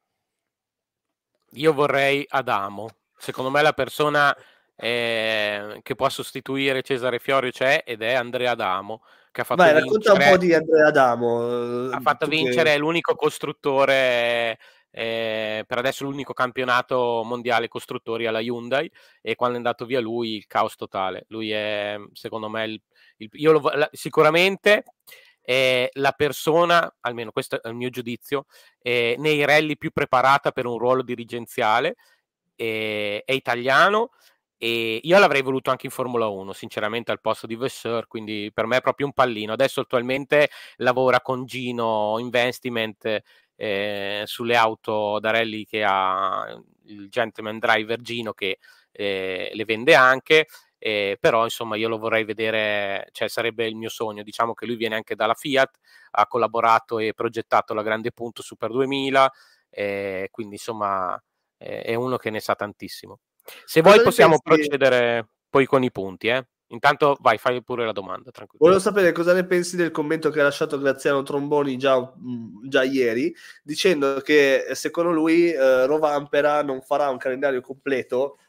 [SPEAKER 3] Io vorrei Adamo, secondo me la persona eh, che può sostituire Cesare Fiorio c'è, ed è Andrea Adamo, che ha fatto
[SPEAKER 1] Vai,
[SPEAKER 3] vincere,
[SPEAKER 1] racconta un po' di Andrea Adamo.
[SPEAKER 3] ha fatto vincere,
[SPEAKER 1] che...
[SPEAKER 3] è l'unico costruttore, eh, per adesso l'unico campionato mondiale costruttori alla Hyundai, e quando è andato via lui il caos totale. Lui è, secondo me, il, il, io lo, la, sicuramente è la persona, almeno questo è il mio giudizio, eh, nei rally più preparata per un ruolo dirigenziale, eh, è italiano, e io l'avrei voluto anche in Formula uno, sinceramente, al posto di Vasseur, quindi per me è proprio un pallino. Adesso attualmente lavora con Gino Investment eh, sulle auto da rally che ha il Gentleman Driver Gino, che eh, le vende anche, eh, però insomma io lo vorrei vedere, cioè sarebbe il mio sogno. Diciamo che lui viene anche dalla Fiat, ha collaborato e progettato la Grande Punto Super duemila, eh, quindi insomma eh, è uno che ne sa tantissimo. Se
[SPEAKER 1] Cosa
[SPEAKER 3] vuoi possiamo
[SPEAKER 1] pensi...
[SPEAKER 3] procedere poi con i punti, eh? Intanto vai, fai pure la domanda, tranquillo.
[SPEAKER 1] Volevo sapere cosa ne pensi del commento che ha lasciato Graziano Tromboni già, mh, già ieri, dicendo che secondo lui eh, Rovanpera non farà un calendario completo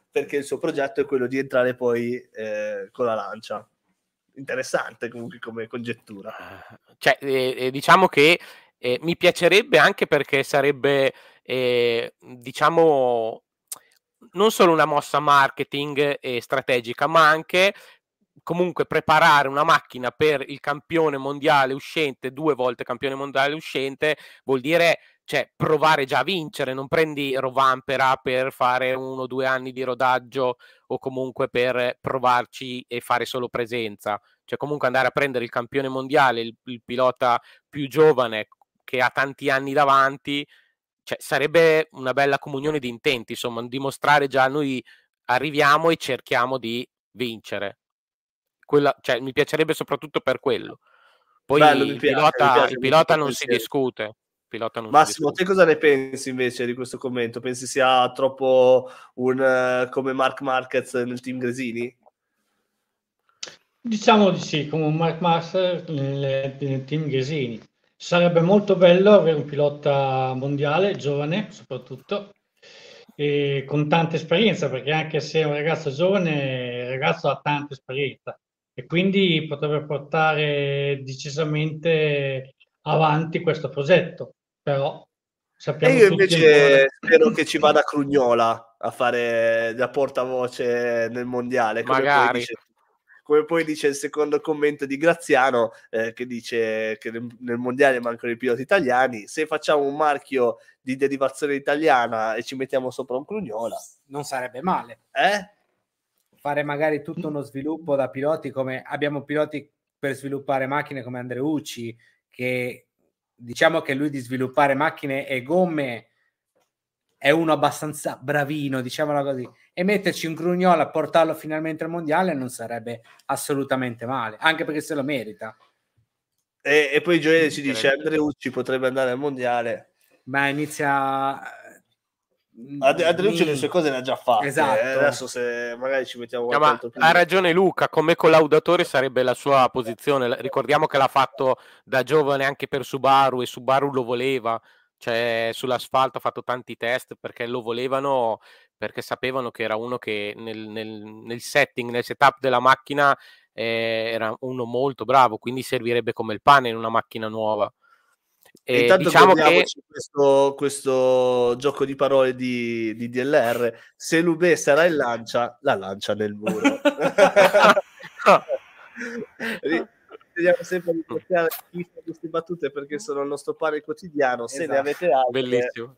[SPEAKER 1] perché il suo progetto è quello di entrare poi eh, con la Lancia. Interessante comunque come congettura.
[SPEAKER 3] Cioè, eh, diciamo che eh, mi piacerebbe anche perché sarebbe, eh, diciamo, non solo una mossa marketing e strategica, ma anche comunque preparare una macchina per il campione mondiale uscente, due volte campione mondiale uscente, vuol dire, cioè, provare già a vincere. Non prendi Rovanpera per fare uno o due anni di rodaggio o comunque per provarci e fare solo presenza. Cioè, comunque andare a prendere il campione mondiale, il, il pilota più giovane che ha tanti anni davanti, cioè, sarebbe una bella comunione di intenti, insomma, dimostrare già noi arriviamo e cerchiamo di vincere. Quella, cioè, mi piacerebbe soprattutto per quello. Poi
[SPEAKER 1] Bello, mi
[SPEAKER 3] il
[SPEAKER 1] piace,
[SPEAKER 3] pilota,
[SPEAKER 1] mi piace
[SPEAKER 3] il pilota non
[SPEAKER 1] pensiero.
[SPEAKER 3] si discute. Pilota non
[SPEAKER 1] Massimo,
[SPEAKER 3] si
[SPEAKER 1] te cosa ne pensi invece di questo commento? Pensi sia troppo un uh, come Marc Marquez nel team Gresini?
[SPEAKER 4] Diciamo di sì, come un Marc Marquez nel, nel team Gresini. Sarebbe molto bello avere un pilota mondiale, giovane soprattutto, e con tanta esperienza, perché anche se è un ragazzo giovane, il ragazzo ha tanta esperienza e quindi potrebbe portare decisamente avanti questo progetto. Però
[SPEAKER 1] E
[SPEAKER 4] sappiamo
[SPEAKER 1] io
[SPEAKER 4] tutti ancora.
[SPEAKER 1] invece spero che ci vada Crugnola a fare da portavoce nel mondiale, come poi
[SPEAKER 3] Magari.
[SPEAKER 1] dice, come poi dice il secondo commento di Graziano, eh, che dice che nel, nel mondiale mancano i piloti italiani. Se facciamo un marchio di derivazione italiana e ci mettiamo sopra un Crugnola,
[SPEAKER 2] non sarebbe male.
[SPEAKER 1] Eh?
[SPEAKER 2] Fare magari tutto uno sviluppo da piloti, come abbiamo piloti per sviluppare macchine come Andreucci, che diciamo che lui di sviluppare macchine e gomme è uno abbastanza bravino, diciamola così, e metterci un Crugnola, portarlo finalmente al mondiale non sarebbe assolutamente male, anche perché se lo merita.
[SPEAKER 1] E, e poi Gioele ci dice Andreucci potrebbe andare al mondiale,
[SPEAKER 2] ma inizia
[SPEAKER 1] Ad- Andreucci le sue cose le ha già fatte.
[SPEAKER 2] Esatto.
[SPEAKER 1] Eh, adesso se magari ci mettiamo
[SPEAKER 3] No,
[SPEAKER 1] qualche
[SPEAKER 3] ma
[SPEAKER 1] altro più.
[SPEAKER 3] ha ragione Luca, come collaudatore sarebbe la sua posizione. Ricordiamo che l'ha fatto da giovane anche per Subaru e Subaru lo voleva, cioè sull'asfalto ha fatto tanti test perché lo volevano, perché sapevano che era uno che nel, nel, nel setting, nel setup della macchina eh, era uno molto bravo, quindi servirebbe come il pane in una macchina nuova.
[SPEAKER 1] E
[SPEAKER 3] Eh,
[SPEAKER 1] intanto
[SPEAKER 3] diciamo che
[SPEAKER 1] godiamoci questo, questo gioco di parole di, di D L R. Se Lubé sarà in lancia, la lancia nel muro. Vediamo sempre di portare queste battute perché sono il nostro pane quotidiano. Se
[SPEAKER 2] Esatto.
[SPEAKER 1] ne avete altre,
[SPEAKER 3] bellissimo.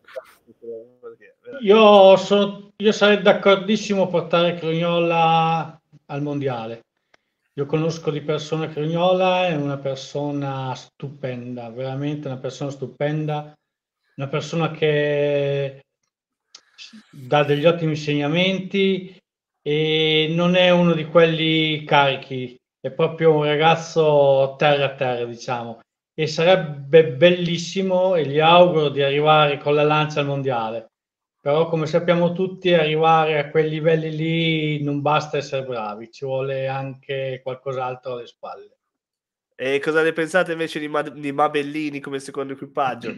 [SPEAKER 4] Io, sono, io sarei d'accordissimo a portare Crugnola al mondiale. Io conosco di persona Crugnola, è una persona stupenda, veramente una persona stupenda, una persona che dà degli ottimi insegnamenti e non è uno di quelli carichi, è proprio un ragazzo terra a terra, diciamo. E sarebbe bellissimo e gli auguro di arrivare con la Lancia al mondiale. Però come sappiamo tutti, arrivare a quei livelli lì non basta essere bravi, ci vuole anche qualcos'altro alle spalle.
[SPEAKER 1] E cosa ne pensate invece di, Ma- di Mabellini come secondo equipaggio?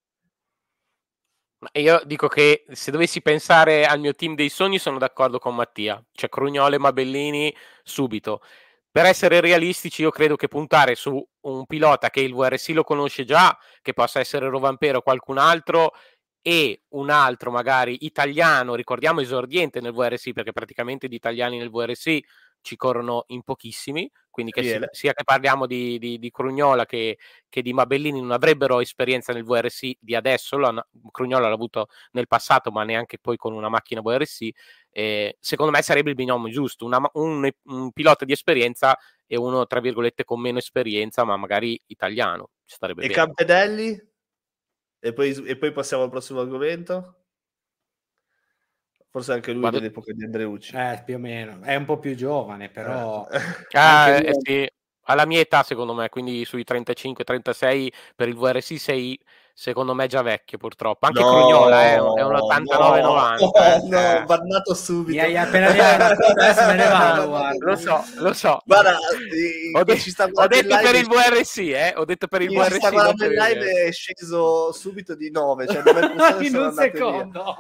[SPEAKER 3] Io dico che se dovessi pensare al mio team dei sogni sono d'accordo con Mattia, cioè Crugnole e Mabellini subito. Per essere realistici io credo che puntare su un pilota che il V R C lo conosce già, che possa essere Rovanpera o qualcun altro, e un altro magari italiano, ricordiamo esordiente nel V R C, perché praticamente di italiani nel V R C ci corrono in pochissimi, quindi che si, sia che parliamo di, di, di Crugnola che, che di Mabellini non avrebbero esperienza nel V R C di adesso, lo, Crugnola l'ha avuto nel passato ma neanche poi con una macchina V R C, eh, secondo me sarebbe il binomio giusto, una, un, un pilota di esperienza e uno tra virgolette con meno esperienza ma magari italiano, ci starebbe
[SPEAKER 1] e
[SPEAKER 3] bene.
[SPEAKER 1] Campedelli? E poi, e poi passiamo al prossimo argomento. Forse anche lui
[SPEAKER 3] Guarda...
[SPEAKER 1] dell'epoca di Andreucci.
[SPEAKER 2] Eh, più o meno. È un po' più giovane, però...
[SPEAKER 1] Eh.
[SPEAKER 3] Ah,
[SPEAKER 2] lui...
[SPEAKER 3] eh, sì. Alla mia età, secondo me, quindi sui trentacinque trentasei per il V R C sei secondo me è già vecchio purtroppo, anche
[SPEAKER 1] no,
[SPEAKER 3] Crugnola eh, è un ottantanove novanta.
[SPEAKER 1] No, no, no, bannato subito.
[SPEAKER 2] Mi hai appena detto, adesso me ne vado, guarda.
[SPEAKER 3] Lo so, lo so.
[SPEAKER 1] Guarda,
[SPEAKER 3] ho, de-
[SPEAKER 1] ci sta
[SPEAKER 3] ho detto per il
[SPEAKER 1] live,
[SPEAKER 3] V R C, eh? Ho detto per il V R C.
[SPEAKER 1] Sta guardando il live è sceso subito di nove, cioè nove persone
[SPEAKER 2] in un secondo.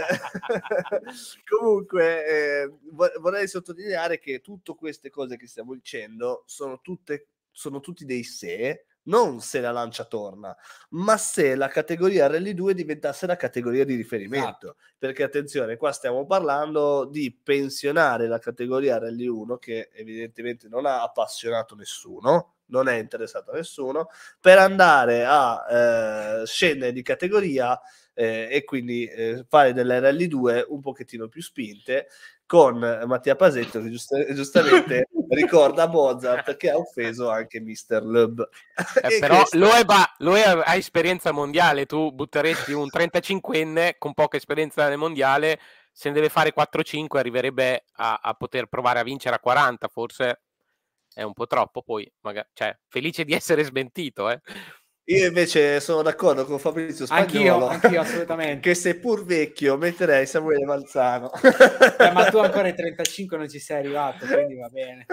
[SPEAKER 1] Comunque, eh, vorrei sottolineare che tutte queste cose che stiamo dicendo sono tutte sono tutti dei se, non se la lancia torna, ma se la categoria Rally due diventasse la categoria di riferimento. Esatto. Perché attenzione, qua stiamo parlando di pensionare la categoria Rally uno, che evidentemente non ha appassionato nessuno, non è interessato a nessuno, per andare a eh, scendere di categoria eh, e quindi eh, fare delle Rally due un pochettino più spinte, con Mattia Pasetto che giust- giustamente ricorda Mozart che ha offeso anche mister Lub.
[SPEAKER 3] Eh, però questo... Loeb, ha, Loeb ha esperienza mondiale, tu butteresti un trentacinquenne con poca esperienza nel mondiale, se ne deve fare quattro cinque arriverebbe a, a poter provare a vincere a quaranta, forse è un po' troppo, poi magari, cioè, felice di essere smentito, eh.
[SPEAKER 1] Io invece sono d'accordo con Fabrizio Spagnolo,
[SPEAKER 2] anch'io, anch'io assolutamente,
[SPEAKER 1] che seppur vecchio metterei Samuele Valzano.
[SPEAKER 2] Eh, ma tu ancora ai trentacinque non ci sei arrivato, quindi va bene.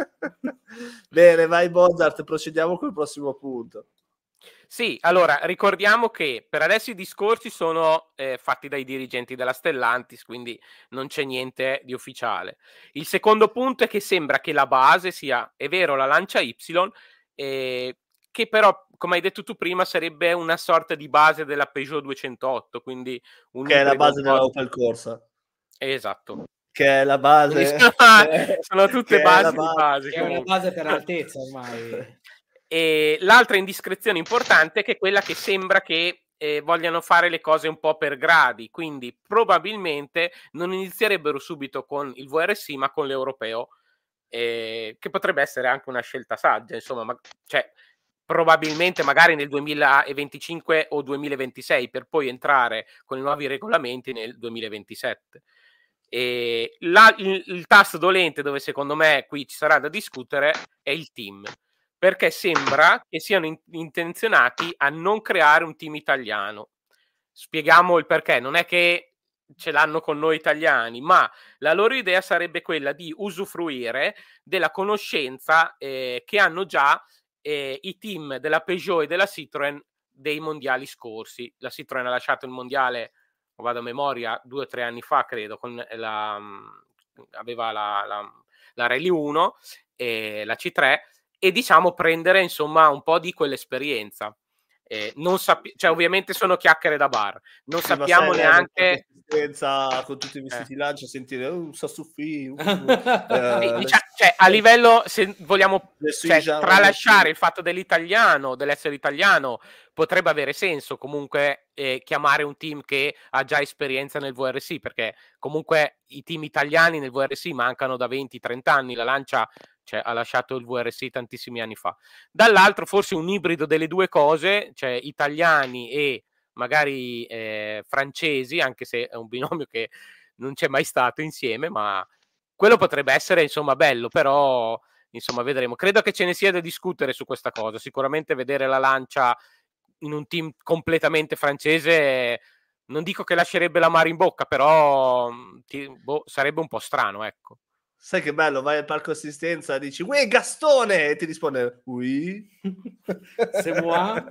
[SPEAKER 1] Bene, vai Mozart, procediamo col prossimo punto.
[SPEAKER 3] Sì, allora ricordiamo che per adesso i discorsi sono eh, fatti dai dirigenti della Stellantis, quindi non c'è niente di ufficiale. Il secondo punto è che sembra che la base sia, è vero, la Lancia Y, eh, che però, come hai detto tu prima, sarebbe una sorta di base della Peugeot duecentotto, quindi un
[SPEAKER 1] che è la base della Opel Corsa.
[SPEAKER 3] Esatto.
[SPEAKER 1] Che è la base.
[SPEAKER 3] Sono tutte basi di base.
[SPEAKER 2] Che è una base per altezza ormai.
[SPEAKER 3] E l'altra indiscrezione importante è che quella che sembra che eh, vogliano fare le cose un po' per gradi, quindi probabilmente non inizierebbero subito con il V R C ma con l'europeo, eh, che potrebbe essere anche una scelta saggia, insomma, ma, cioè, probabilmente magari nel duemilaventicinque o duemilaventisei, per poi entrare con i nuovi regolamenti nel duemilaventisette. E la, il, il tasto dolente dove secondo me qui ci sarà da discutere è il team, perché sembra che siano in, intenzionati a non creare un team italiano. Spieghiamo il perché. Non è che ce l'hanno con noi italiani, ma la loro idea sarebbe quella di usufruire della conoscenza eh, che hanno già eh, i team della Peugeot e della Citroën dei mondiali scorsi. La Citroën ha lasciato il mondiale, vado a memoria, due o tre anni fa, credo, con la, aveva la, la, la Rally uno e la C tre, e diciamo prendere insomma un po' di quell'esperienza. Eh, non sappi- cioè ovviamente sono chiacchiere da bar, non sì, sappiamo neanche
[SPEAKER 1] con tutti i vestiti eh. lancia sentire un sassuffi uh,
[SPEAKER 3] eh, diciamo, cioè, a livello, se vogliamo, cioè, tralasciare il fatto dell'italiano, dell'essere italiano, potrebbe avere senso comunque eh, chiamare un team che ha già esperienza nel V R C, perché comunque i team italiani nel V R C mancano da venti trenta anni, la Lancia cioè, ha lasciato il V R C tantissimi anni fa. Dall'altro forse un ibrido delle due cose, cioè italiani e magari eh, francesi, anche se è un binomio che non c'è mai stato insieme, ma quello potrebbe essere insomma bello, però insomma vedremo. Credo che ce ne sia da discutere su questa cosa. Sicuramente vedere la Lancia in un team completamente francese, non dico che lascerebbe l'amaro in bocca, però ti, boh, sarebbe un po' strano, ecco.
[SPEAKER 1] Sai che bello, vai al parco assistenza e dici uè Gastone, e ti risponde oui.
[SPEAKER 2] C'est moi.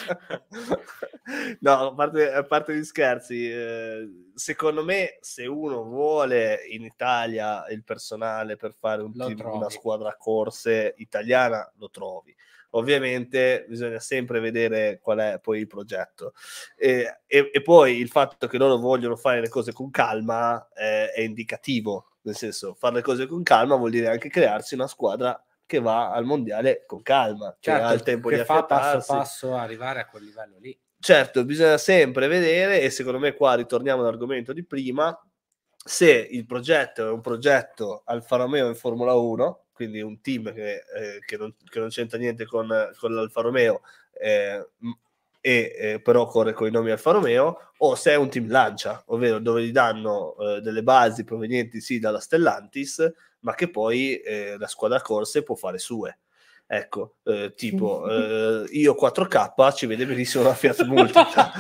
[SPEAKER 1] No, a parte, a parte gli scherzi, eh, secondo me se uno vuole in Italia il personale per fare un team, una squadra corse italiana, lo trovi. Ovviamente bisogna sempre vedere qual è poi il progetto e, e, e poi il fatto che loro vogliono fare le cose con calma eh, è indicativo. Nel senso, fare le cose con calma vuol dire anche crearsi una squadra che va al mondiale con calma,
[SPEAKER 2] certo,
[SPEAKER 1] che ha il tempo
[SPEAKER 2] che
[SPEAKER 1] di
[SPEAKER 2] fa
[SPEAKER 1] affiatarsi.
[SPEAKER 2] passo passo arrivare a quel livello lì.
[SPEAKER 1] Certo, bisogna sempre vedere, e secondo me qua ritorniamo all'argomento di prima, se il progetto è un progetto Alfa Romeo in Formula uno, quindi un team che, eh, che, non, che non c'entra niente con, con l'Alfa Romeo, eh, e eh, però corre con i nomi Alfa Romeo, o se è un team Lancia, ovvero dove gli danno eh, delle basi provenienti sì dalla Stellantis, ma che poi eh, la squadra corse può fare sue. ecco, eh, tipo eh, io quattro K ci vede benissimo la Fiat Multipla.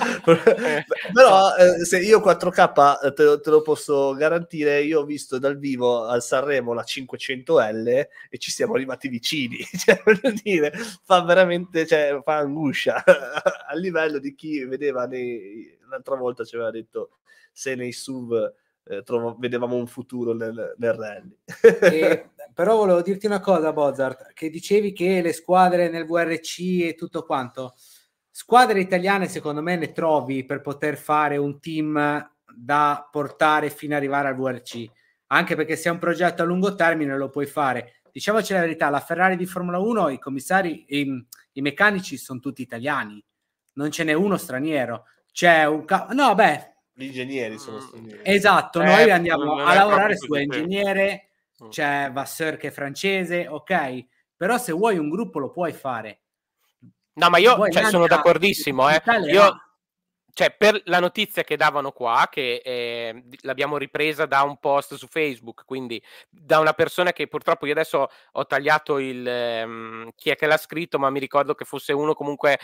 [SPEAKER 1] Però eh, se io quattro K te lo, te lo posso garantire, io ho visto dal vivo al Sanremo la cinquecento L e ci siamo arrivati vicini, cioè, voglio dire, fa veramente, cioè, fa angoscia a livello di chi vedeva nei, l'altra volta ci aveva detto se nei S U V eh, trovo, vedevamo un futuro nel, nel rally.
[SPEAKER 2] E, però volevo dirti una cosa, Bozart, che dicevi che le squadre nel V R C e tutto quanto, squadre italiane secondo me ne trovi per poter fare un team da portare fino ad arrivare al V R C, anche perché se è un progetto a lungo termine lo puoi fare. Diciamoci la verità, la Ferrari di Formula uno, i commissari, i, i meccanici sono tutti italiani, non ce n'è uno straniero. C'è un ca- no, beh,
[SPEAKER 1] gli ingegneri sono stranieri.
[SPEAKER 2] Esatto,
[SPEAKER 3] Eh,
[SPEAKER 2] noi andiamo
[SPEAKER 3] non
[SPEAKER 2] a
[SPEAKER 3] è
[SPEAKER 2] lavorare
[SPEAKER 3] proprio
[SPEAKER 2] su
[SPEAKER 3] così.
[SPEAKER 2] ingegnere,
[SPEAKER 3] Mm.
[SPEAKER 2] c'è Vasseur che è francese, ok, però se vuoi un gruppo lo puoi fare.
[SPEAKER 3] No, ma io
[SPEAKER 2] Vuoi
[SPEAKER 3] cioè, sono
[SPEAKER 2] Lancia,
[SPEAKER 3] d'accordissimo. Eh.
[SPEAKER 2] Italia,
[SPEAKER 3] Io,
[SPEAKER 2] va.
[SPEAKER 3] cioè, per la notizia che davano qua, che eh, l'abbiamo ripresa da un post su Facebook, quindi da una persona che purtroppo io adesso ho tagliato il ehm, chi è che l'ha scritto, ma mi ricordo che fosse uno comunque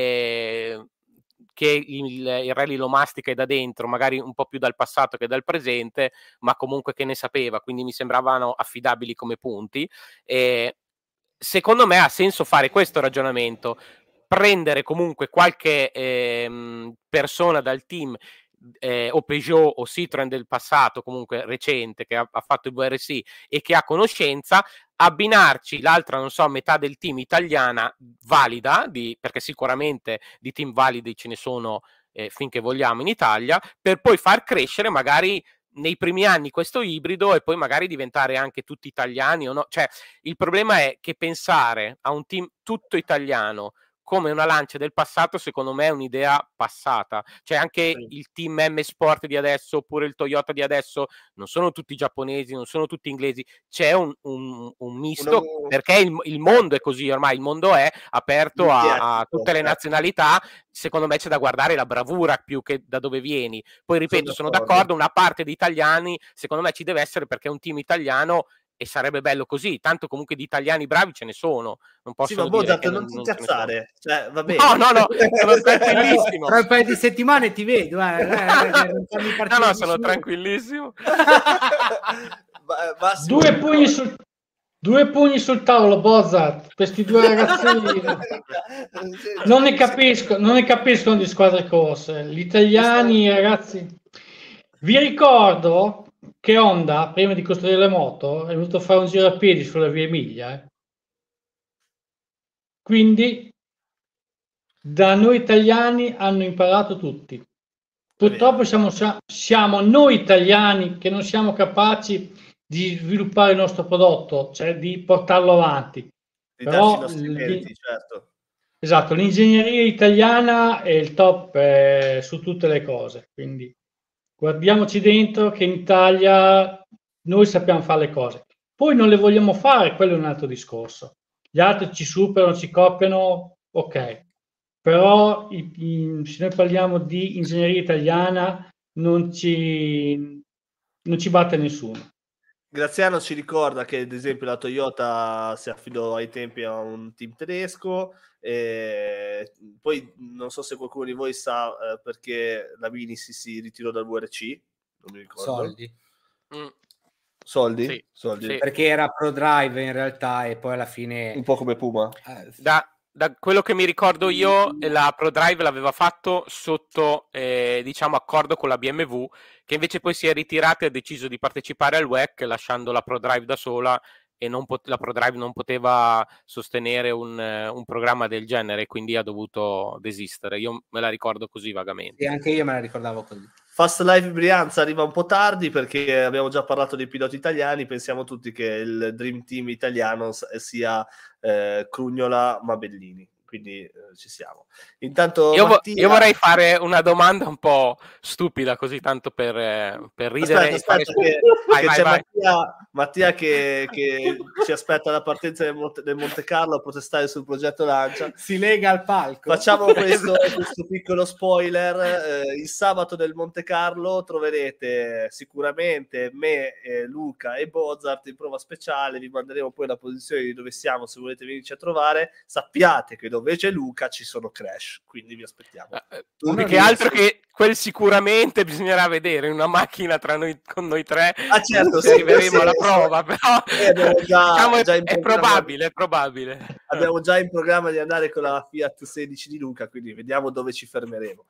[SPEAKER 3] eh, che il, il rally lo mastica da dentro, magari un po' più dal passato che dal presente, ma comunque che ne sapeva, quindi mi sembravano affidabili come punti. E secondo me ha senso fare questo ragionamento, prendere comunque qualche ehm, persona dal team eh, o Peugeot o Citroën del passato, comunque recente, che ha, ha fatto il V R C e che ha conoscenza, abbinarci l'altra, non so, metà del team italiana valida, di, perché sicuramente di team validi ce ne sono eh, finché vogliamo in Italia, per poi far crescere magari nei primi anni questo ibrido e poi magari diventare anche tutti italiani o no. Cioè, il problema è che pensare a un team tutto italiano come una Lancia del passato, secondo me è un'idea passata. Cioè anche
[SPEAKER 1] Sì.
[SPEAKER 3] il team M Sport di adesso oppure il Toyota di adesso non sono tutti giapponesi, non sono tutti inglesi, c'è un, un, un misto,
[SPEAKER 1] Uno...
[SPEAKER 3] perché il, il mondo è così ormai, il mondo è aperto a, a tutte le nazionalità. Secondo me c'è da guardare la bravura più che da dove vieni. Poi ripeto, sono, sono d'accordo, una parte di italiani secondo me ci deve essere, perché è un team italiano e sarebbe bello così, tanto comunque di italiani bravi ce ne sono, non possono
[SPEAKER 1] sì, ma
[SPEAKER 3] dire che
[SPEAKER 1] non,
[SPEAKER 3] non,
[SPEAKER 1] non
[SPEAKER 3] non
[SPEAKER 1] ti incazzare, cioè, va bene.
[SPEAKER 3] No, no, no, sono tranquillissimo.
[SPEAKER 2] Tra un paio di settimane ti vedo, eh, eh, eh,
[SPEAKER 3] no, no, sono tranquillissimo.
[SPEAKER 4] Due pugni sul Due pugni sul tavolo, Bozart, questi due ragazzini non ne capisco, non ne capiscono di squadre corse. Gli italiani, ragazzi, vi ricordo che Honda, prima di costruire le moto, è venuto a fare un giro a piedi sulla via Emilia. Eh. Quindi da noi italiani hanno imparato tutti. Purtroppo siamo, siamo noi italiani che non siamo capaci di sviluppare il nostro prodotto, cioè di portarlo avanti.
[SPEAKER 1] Di
[SPEAKER 4] Però
[SPEAKER 1] darci i nostri meriti, certo.
[SPEAKER 4] Esatto, l'ingegneria italiana è il top eh, su tutte le cose, quindi guardiamoci dentro che in Italia noi sappiamo fare le cose. Poi non le vogliamo fare, quello è un altro discorso. Gli altri ci superano, ci copiano, ok. Però i, i, se noi parliamo di ingegneria italiana non ci, non ci batte nessuno.
[SPEAKER 1] Graziano ci ricorda che ad esempio la Toyota si affidò ai tempi a un team tedesco, e poi non so se qualcuno di voi sa eh, perché la Mini si, si ritirò dal V R C, non mi ricordo.
[SPEAKER 2] Soldi.
[SPEAKER 3] Mm.
[SPEAKER 1] Soldi?
[SPEAKER 3] Sì,
[SPEAKER 1] Soldi.
[SPEAKER 3] sì.
[SPEAKER 2] Perché era Pro Drive in realtà e poi alla fine...
[SPEAKER 1] Un po' come Puma.
[SPEAKER 2] Eh,
[SPEAKER 3] Da, da quello che mi ricordo io, la ProDrive l'aveva fatto sotto, eh, diciamo, accordo con la B M W, che invece poi si è ritirata e ha deciso di partecipare al W E C, lasciando la ProDrive da sola, e non pot- la ProDrive non poteva sostenere un, uh, un programma del genere, quindi ha dovuto desistere. Io me la ricordo così vagamente.
[SPEAKER 2] Sì, anche io me la ricordavo così.
[SPEAKER 1] Fast Live Brianza arriva un po' tardi perché abbiamo già parlato dei piloti italiani, pensiamo tutti che il Dream Team italiano sia eh, Crugnola ma Bellini. quindi eh, ci siamo. Intanto
[SPEAKER 3] io,
[SPEAKER 1] Mattia...
[SPEAKER 3] vo- io vorrei fare una domanda un po' stupida, così tanto per, eh, per ridere.
[SPEAKER 1] Aspetta,
[SPEAKER 3] e
[SPEAKER 1] aspetta,
[SPEAKER 3] fare...
[SPEAKER 1] che,
[SPEAKER 3] vai,
[SPEAKER 1] che
[SPEAKER 3] vai,
[SPEAKER 1] c'è
[SPEAKER 3] vai.
[SPEAKER 1] Mattia, Mattia che, che ci aspetta la partenza del Monte, del Monte Carlo a protestare sul progetto Lancia.
[SPEAKER 2] Si lega al palco.
[SPEAKER 1] Facciamo questo, questo piccolo spoiler. Eh, il sabato del Monte Carlo troverete sicuramente me, eh, Luca e Bozart in prova speciale. Vi manderemo poi la posizione di dove siamo se volete venirci a trovare. Sappiate che dove c'è Luca ci sono Crash, quindi vi aspettiamo.
[SPEAKER 3] Uh, più che altro che quel sicuramente bisognerà vedere una macchina tra noi, con noi tre.
[SPEAKER 1] Ah, certo,
[SPEAKER 3] se
[SPEAKER 1] sì,
[SPEAKER 3] arriveremo
[SPEAKER 1] sì,
[SPEAKER 3] alla
[SPEAKER 1] sì.
[SPEAKER 3] prova, però
[SPEAKER 1] Eh, già,
[SPEAKER 3] diciamo
[SPEAKER 1] già
[SPEAKER 3] è, è probabile, è probabile.
[SPEAKER 1] Abbiamo già in programma di andare con la Fiat sedici di Luca, quindi vediamo dove ci fermeremo.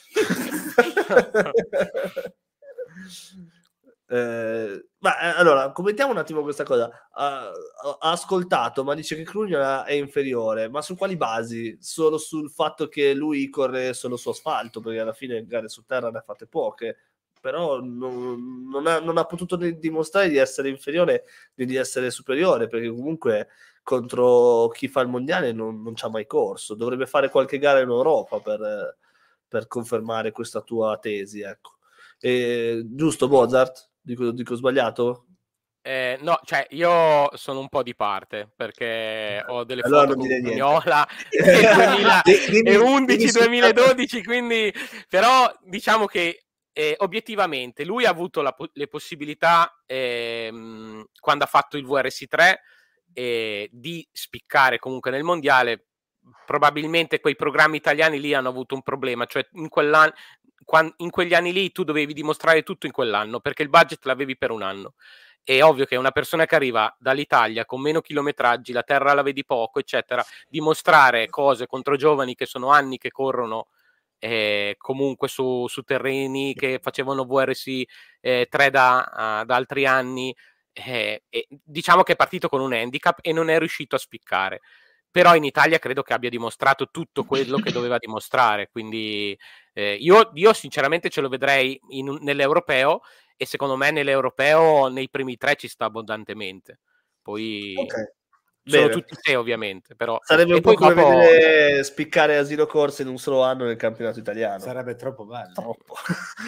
[SPEAKER 1] Eh, ma eh, allora commentiamo un attimo questa cosa. Ha, ha ascoltato, ma dice che Crugno è inferiore, ma su quali basi? Solo sul fatto che lui corre solo su asfalto, perché alla fine gare su terra ne ha fatte poche, però non, non, ha, non ha potuto dimostrare di essere inferiore né di essere superiore, perché comunque contro chi fa il mondiale non, non c'ha mai corso. Dovrebbe fare qualche gara in Europa per, per confermare questa tua tesi, ecco. E, giusto Mozart? Dico, dico sbagliato?
[SPEAKER 3] Eh, no, cioè io sono un po' di parte perché ho delle
[SPEAKER 1] Allora
[SPEAKER 3] foto
[SPEAKER 1] non
[SPEAKER 3] con
[SPEAKER 1] dire
[SPEAKER 3] Cagnola del duemilaundici duemiladodici, quindi però diciamo che eh, obiettivamente lui ha avuto la, le possibilità ehm, quando ha fatto il V R S tre eh, di spiccare comunque nel mondiale. Probabilmente quei programmi italiani lì hanno avuto un problema, cioè in quell'anno, in quegli anni lì tu dovevi dimostrare tutto in quell'anno perché il budget l'avevi per un anno. È ovvio che una persona che arriva dall'Italia con meno chilometraggi, la terra la vedi poco, eccetera, dimostrare cose contro giovani che sono anni che corrono eh, comunque su, su terreni che facevano V R S eh, tre da, uh, da altri anni, eh, eh, diciamo che è partito con un handicap e non è riuscito a spiccare. Però in Italia credo che abbia dimostrato tutto quello che doveva dimostrare, quindi eh, io, io sinceramente ce lo vedrei in, nell'europeo, e secondo me nell'europeo nei primi tre ci sta abbondantemente. Poi
[SPEAKER 1] okay.
[SPEAKER 3] sono
[SPEAKER 1] Bene.
[SPEAKER 3] tutti sei ovviamente, però
[SPEAKER 1] sarebbe
[SPEAKER 3] e
[SPEAKER 1] un po'
[SPEAKER 3] poi
[SPEAKER 1] come
[SPEAKER 3] dopo...
[SPEAKER 1] vedere spiccare Asilo Corse in un solo anno nel campionato italiano.
[SPEAKER 2] Sarebbe troppo bello.
[SPEAKER 1] Troppo.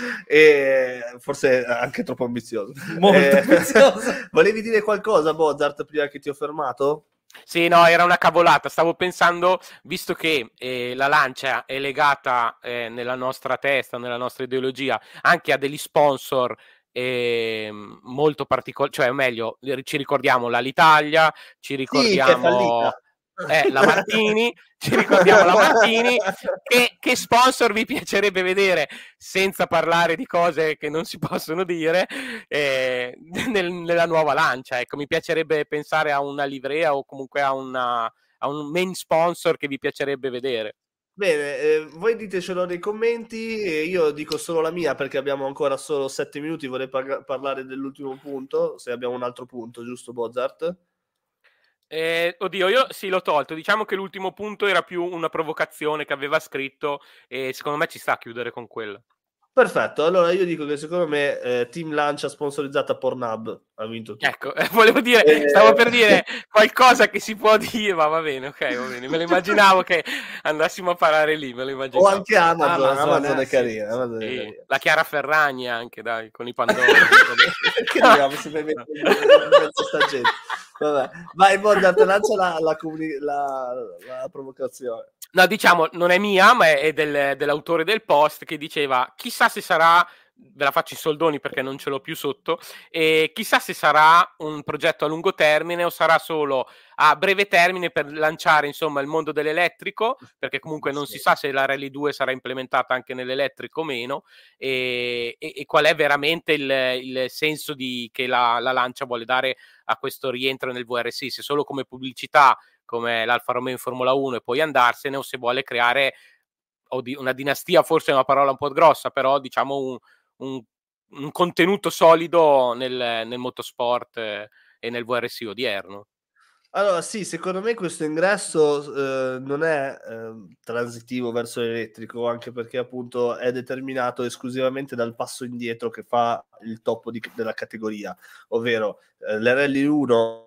[SPEAKER 1] E forse anche troppo ambizioso.
[SPEAKER 2] Molto
[SPEAKER 1] eh,
[SPEAKER 2] ambizioso.
[SPEAKER 1] Volevi dire qualcosa, Mozart, prima che ti ho fermato?
[SPEAKER 3] Sì, no, era una cavolata. Stavo pensando, visto che eh, la Lancia è legata eh, nella nostra testa, nella nostra ideologia, anche a degli sponsor eh, molto particolari, cioè meglio, ci ricordiamo l'Alitalia, ci ricordiamo eh, la Martini, ci ricordiamo la Martini. Che, che sponsor vi piacerebbe vedere, senza parlare di cose che non si possono dire, eh, nel, nella nuova Lancia? Ecco, mi piacerebbe pensare a una livrea o comunque a, una, a un main sponsor che vi piacerebbe vedere.
[SPEAKER 1] Bene, eh, voi ditecelo nei commenti e io dico solo la mia perché abbiamo ancora solo sette minuti, vorrei par- parlare dell'ultimo punto, se abbiamo un altro punto, giusto Bozart?
[SPEAKER 3] Eh, oddio, io sì, l'ho tolto. Diciamo che l'ultimo punto era più una provocazione che aveva scritto e secondo me ci sta a chiudere con quella.
[SPEAKER 1] Perfetto, allora io dico che secondo me eh, Team Lancia sponsorizzata Pornhub ha vinto tutto.
[SPEAKER 3] Ecco, eh, volevo dire,
[SPEAKER 1] eh...
[SPEAKER 3] stavo per dire qualcosa che si può dire, ma va bene, ok, va bene. Me lo immaginavo che andassimo a parare lì, me lo immaginavo.
[SPEAKER 1] O anche Amazon,
[SPEAKER 2] Amazon,
[SPEAKER 1] Amazon
[SPEAKER 2] eh,
[SPEAKER 1] è carina.
[SPEAKER 2] sì,
[SPEAKER 1] Amazon
[SPEAKER 3] sì.
[SPEAKER 1] è carina.
[SPEAKER 3] La Chiara Ferragni anche, dai, con i Pandora.
[SPEAKER 1] Perché dobbiamo sempre mettere in mezzo sta gente? Vabbè. Vai, Mozart, lancia la, la, comuni- la, la provocazione.
[SPEAKER 3] No, diciamo, non è mia, ma è del, dell'autore del post che diceva, chissà se sarà, ve la faccio in soldoni perché non ce l'ho più sotto, e chissà se sarà un progetto a lungo termine o sarà solo a breve termine per lanciare, insomma, il mondo dell'elettrico, perché comunque non si sa se la Rally due sarà implementata anche nell'elettrico o meno, e, e, e qual è veramente il, il senso di, che la, la Lancia vuole dare a questo rientro nel V R S, se solo come pubblicità, come l'Alfa Romeo in Formula uno e poi andarsene, o se vuole creare una dinastia, forse è una parola un po' grossa, però diciamo un, un, un contenuto solido nel, nel motorsport eh, e nel V R S odierno.
[SPEAKER 1] Allora sì, secondo me questo ingresso eh, non è eh, transitivo verso l'elettrico, anche perché appunto è determinato esclusivamente dal passo indietro che fa il top di, della categoria, ovvero eh, l'R L uno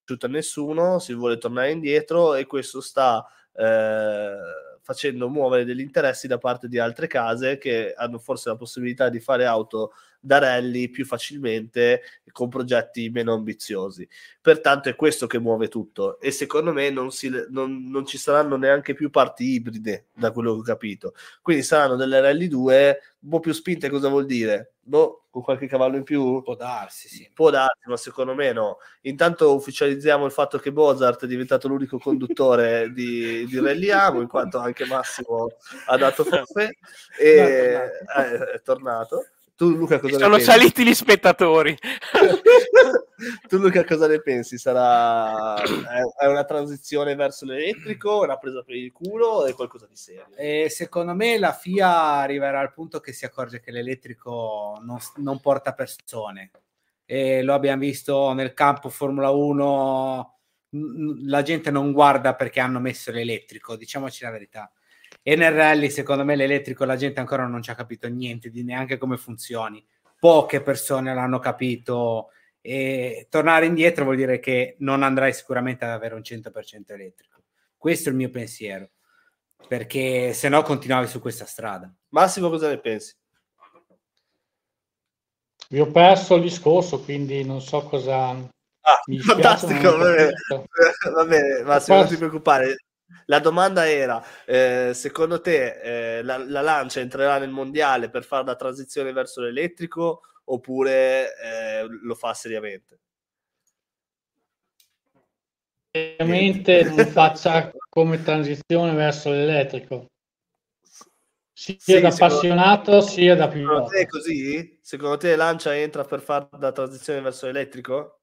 [SPEAKER 1] a nessuno, si vuole tornare indietro e questo sta eh, facendo muovere degli interessi da parte di altre case che hanno forse la possibilità di fare auto da rally più facilmente con progetti meno ambiziosi. Pertanto è questo che muove tutto e secondo me non, si, non, non ci saranno neanche più parti ibride, da quello che ho capito, quindi saranno delle rally due un po' più spinte. Cosa vuol dire? Boh, con qualche cavallo in più?
[SPEAKER 2] Può darsi, sì.
[SPEAKER 1] Può darsi, ma secondo me no. Intanto ufficializziamo il fatto che Bozart è diventato l'unico conduttore di, di Rally Amo, in quanto anche Massimo ha dato forfait e
[SPEAKER 2] è tornato.
[SPEAKER 1] è, è tornato. Tu Luca cosa
[SPEAKER 3] sono
[SPEAKER 1] ne pensi?
[SPEAKER 3] saliti gli spettatori.
[SPEAKER 1] Tu Luca cosa ne pensi? Sarà è, è una transizione verso l'elettrico, una presa per il culo o è qualcosa di serio?
[SPEAKER 2] E secondo me la F I A arriverà al punto che si accorge che l'elettrico non, non porta persone e lo abbiamo visto nel campo Formula uno, la gente non guarda perché hanno messo l'elettrico, diciamoci la verità. E nel rally secondo me l'elettrico la gente ancora non ci ha capito niente di neanche come funzioni, poche persone l'hanno capito e tornare indietro vuol dire che non andrai sicuramente ad avere un cento per cento elettrico. Questo è il mio pensiero, perché se no continuavi su questa strada.
[SPEAKER 1] Massimo cosa ne pensi?
[SPEAKER 4] Vi ho perso il discorso, quindi non so cosa
[SPEAKER 1] ah,
[SPEAKER 4] mi
[SPEAKER 1] fantastico, va bene. Va bene Massimo, non ti preoccupare. La domanda era, eh, secondo te eh, la, la Lancia entrerà nel mondiale per fare la transizione verso l'elettrico oppure eh, lo fa seriamente?
[SPEAKER 4] Seriamente non faccia come transizione verso l'elettrico, sia
[SPEAKER 1] sì,
[SPEAKER 4] da
[SPEAKER 1] secondo,
[SPEAKER 4] appassionato sia da pilota.
[SPEAKER 1] Secondo te è così? Secondo te Lancia entra per fare la transizione verso l'elettrico?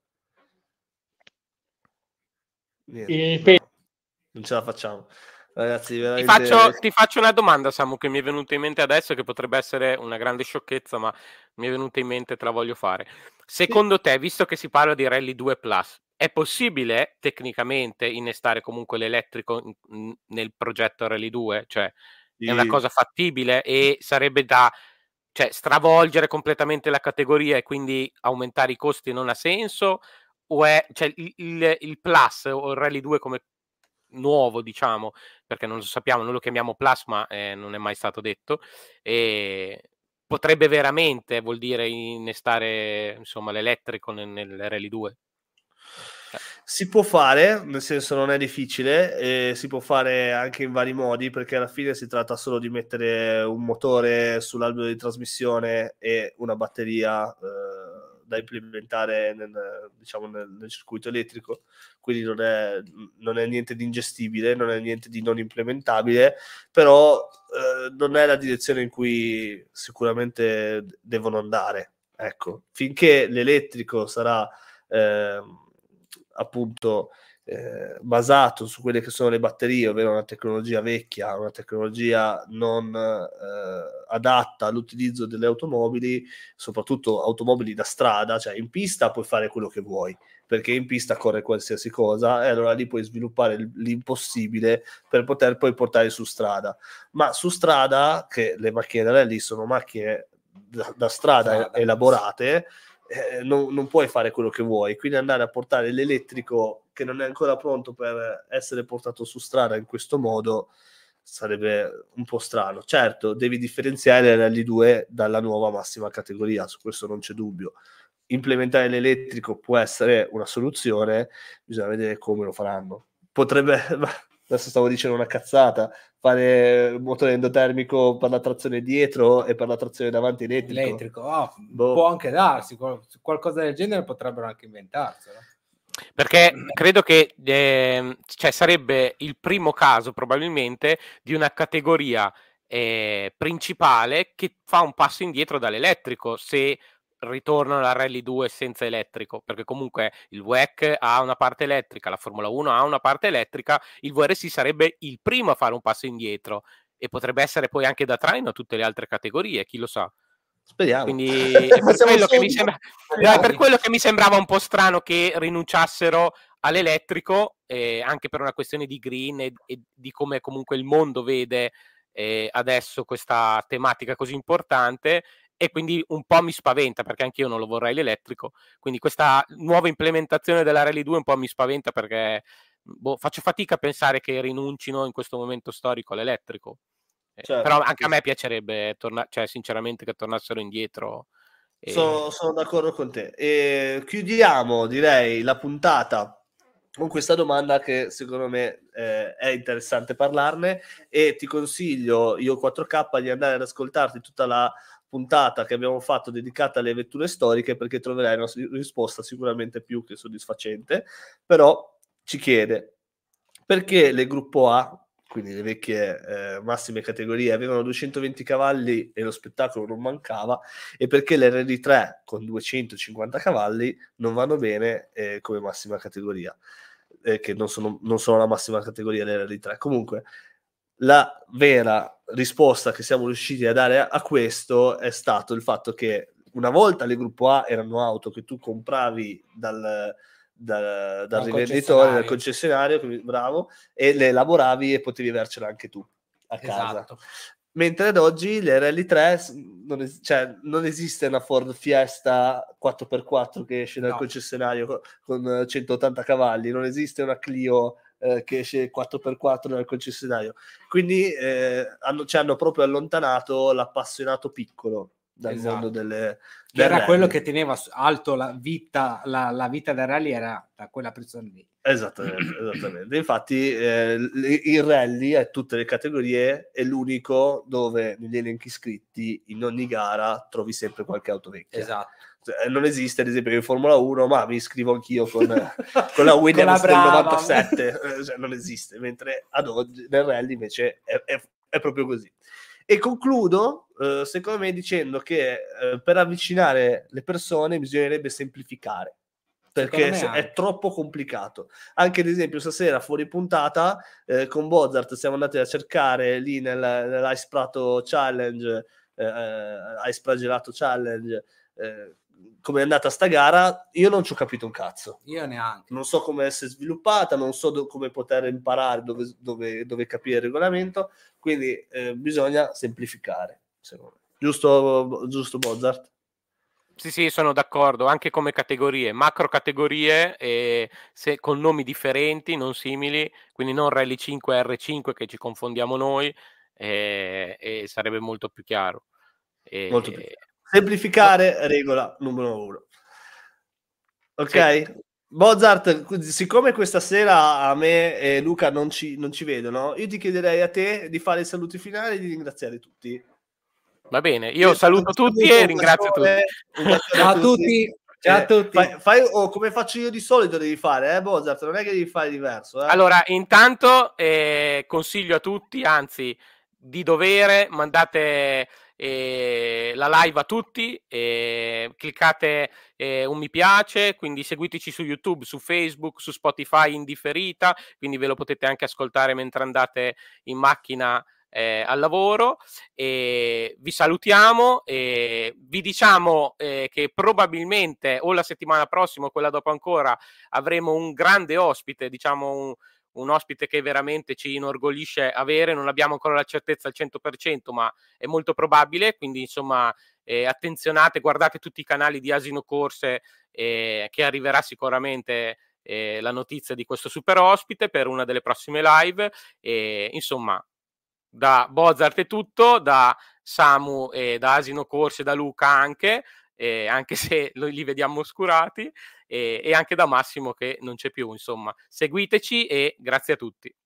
[SPEAKER 1] Niente, no, non ce la facciamo. Ragazzi, veramente...
[SPEAKER 3] ti, faccio, ti faccio una domanda, Samu, che mi è venuta in mente adesso, che potrebbe essere una grande sciocchezza, ma mi è venuta in mente e te la voglio fare. Secondo sì. te, visto che si parla di Rally due Plus, è possibile tecnicamente innestare comunque l'elettrico nel progetto Rally due? Cioè, sì. È una cosa fattibile e sarebbe da cioè, stravolgere completamente la categoria e quindi aumentare i costi non ha senso? O è cioè, il, il, il Plus o il Rally due come nuovo, diciamo, perché non lo sappiamo, noi lo chiamiamo Plus, ma eh, non è mai stato detto, e potrebbe veramente, vuol dire, innestare insomma l'elettrico nel, nel Rally due?
[SPEAKER 1] Si può fare, nel senso non è difficile, e si può fare anche in vari modi, perché alla fine si tratta solo di mettere un motore sull'albero di trasmissione e una batteria eh, da implementare nel, diciamo, nel, nel circuito elettrico, quindi non è, non è niente di ingestibile, non è niente di non implementabile, però eh, non è la direzione in cui sicuramente devono andare. Ecco, finché l'elettrico sarà eh, appunto eh, basato su quelle che sono le batterie, ovvero una tecnologia vecchia, una tecnologia non eh, adatta all'utilizzo delle automobili, soprattutto automobili da strada, cioè in pista puoi fare quello che vuoi, perché in pista corre qualsiasi cosa e allora lì puoi sviluppare l'impossibile per poter poi portare su strada, ma su strada, che le macchine da rally sono macchine da, da strada, strada elaborate, Eh, non, non puoi fare quello che vuoi, quindi andare a portare l'elettrico che non è ancora pronto per essere portato su strada in questo modo sarebbe un po' strano. Certo, devi differenziare la Rally due dalla nuova massima categoria, su questo non c'è dubbio. Implementare l'elettrico può essere una soluzione, bisogna vedere come lo faranno. Potrebbe, adesso stavo dicendo una cazzata, fare un motore endotermico per la trazione dietro e per la trazione davanti elettrico.
[SPEAKER 2] Elettrico, oh, boh. Può anche darsi, qualcosa del genere potrebbero anche inventarselo.
[SPEAKER 3] Perché credo che eh, cioè sarebbe il primo caso probabilmente di una categoria eh, principale che fa un passo indietro dall'elettrico se ritornano alla Rally due senza elettrico, perché comunque il W E C ha una parte elettrica, la Formula uno ha una parte elettrica, il V R C sarebbe il primo a fare un passo indietro e potrebbe essere poi anche da traino a tutte le altre categorie, chi lo sa.
[SPEAKER 1] Speriamo.
[SPEAKER 3] Quindi è per, quello che mi sembra, è per quello che mi sembrava un po' strano che rinunciassero all'elettrico, eh, anche per una questione di green e, e di come comunque il mondo vede eh, adesso questa tematica così importante, e quindi un po' mi spaventa, perché anche io non lo vorrei l'elettrico, quindi questa nuova implementazione della Rally due un po' mi spaventa, perché boh, faccio fatica a pensare che rinuncino in questo momento storico all'elettrico. Eh,
[SPEAKER 1] certo,
[SPEAKER 3] però anche a me piacerebbe tornare, cioè sinceramente che tornassero indietro. E...
[SPEAKER 1] Sono, sono d'accordo con te. E chiudiamo, direi, la puntata con questa domanda che secondo me eh, è interessante parlarne, e ti consiglio, io quattro K, di andare ad ascoltarti tutta la puntata che abbiamo fatto dedicata alle vetture storiche, perché troverai una risposta sicuramente più che soddisfacente. Però ci chiede perché le gruppo A, quindi le vecchie eh, massime categorie, avevano duecentoventi cavalli e lo spettacolo non mancava, e perché le R D tre con duecentocinquanta cavalli non vanno bene eh, come massima categoria, eh, che non sono, non sono la massima categoria delle R D tre. Comunque la vera risposta che siamo riusciti a dare a, a questo è stato il fatto che una volta le gruppo A erano auto che tu compravi dal Da, dal rivenditore, dal concessionario, bravo, e le lavoravi e potevi avercela anche tu a casa.
[SPEAKER 2] Esatto.
[SPEAKER 1] Mentre ad oggi le R L tre non, es- cioè, non esiste una Ford Fiesta quattro per quattro che esce dal
[SPEAKER 2] No.
[SPEAKER 1] concessionario con, con centottanta cavalli, non esiste una Clio eh, che esce quattro per quattro dal concessionario, quindi eh, hanno, ci hanno proprio allontanato l'appassionato piccolo dal
[SPEAKER 2] Esatto.
[SPEAKER 1] mondo delle,
[SPEAKER 2] che era
[SPEAKER 1] rally.
[SPEAKER 2] Quello che teneva alto la vita, la, la vita del rally era da quella persona lì.
[SPEAKER 1] Esattamente, esattamente. Infatti eh, il rally è tutte le categorie, è l'unico dove negli elenchi iscritti in ogni gara trovi sempre qualche auto vecchia.
[SPEAKER 2] Esatto.
[SPEAKER 1] Cioè, non esiste ad esempio in Formula uno, ma mi iscrivo anch'io con, con la Williams
[SPEAKER 2] con la
[SPEAKER 1] del novantasette, cioè, non esiste, mentre ad oggi nel rally invece è, è, è proprio così. E concludo eh, secondo me dicendo che eh, per avvicinare le persone bisognerebbe semplificare, perché è troppo complicato. Anche ad esempio stasera fuori puntata eh, con Bozart siamo andati a cercare lì nel, nell'Ice Prato Challenge, eh, Ice Pragelato Challenge, eh, come è andata sta gara. Io non ci ho capito un cazzo,
[SPEAKER 2] io neanche,
[SPEAKER 1] non so come essere sviluppata, non so do- come poter imparare, dove, dove, dove capire il regolamento, quindi eh, bisogna semplificare, secondo me. Giusto, giusto Bozart?
[SPEAKER 3] Sì, sì, sono d'accordo, anche come categorie, macro categorie e se, con nomi differenti, non simili, quindi non Rally cinque R cinque che ci confondiamo noi, e, e sarebbe molto più chiaro. E...
[SPEAKER 1] Molto più chiaro. Semplificare, no. Regola numero uno. Ok? Sì. Mozart, siccome questa sera a me e Luca non ci, non ci vedono, io ti chiederei a te di fare i saluti finali e di ringraziare tutti.
[SPEAKER 3] Va bene, io, io saluto tutti e ringrazio tutti.
[SPEAKER 2] Ciao a tutti. Ciao a tutti.
[SPEAKER 1] Eh, fai, fai, oh, come faccio io di solito devi fare, eh Mozart, non è che devi fare diverso. Eh?
[SPEAKER 3] Allora, intanto eh, consiglio a tutti, anzi di dovere, mandate eh, la live a tutti, eh, cliccate eh, un mi piace, quindi seguiteci su YouTube, su Facebook, su Spotify in differita, quindi ve lo potete anche ascoltare mentre andate in macchina eh, al lavoro. E vi salutiamo e vi diciamo eh, che probabilmente o la settimana prossima o quella dopo ancora avremo un grande ospite, diciamo un un ospite che veramente ci inorgoglisce avere, non abbiamo ancora la certezza al cento per cento, ma è molto probabile, quindi insomma eh, attenzionate, guardate tutti i canali di Asino Corse eh, che arriverà sicuramente eh, la notizia di questo super ospite per una delle prossime live, e insomma da Bozart è tutto, da Samu e da Asino Corse, da Luca anche, eh, anche se li vediamo oscurati, e, e anche da Massimo che non c'è più, insomma seguiteci e grazie a tutti.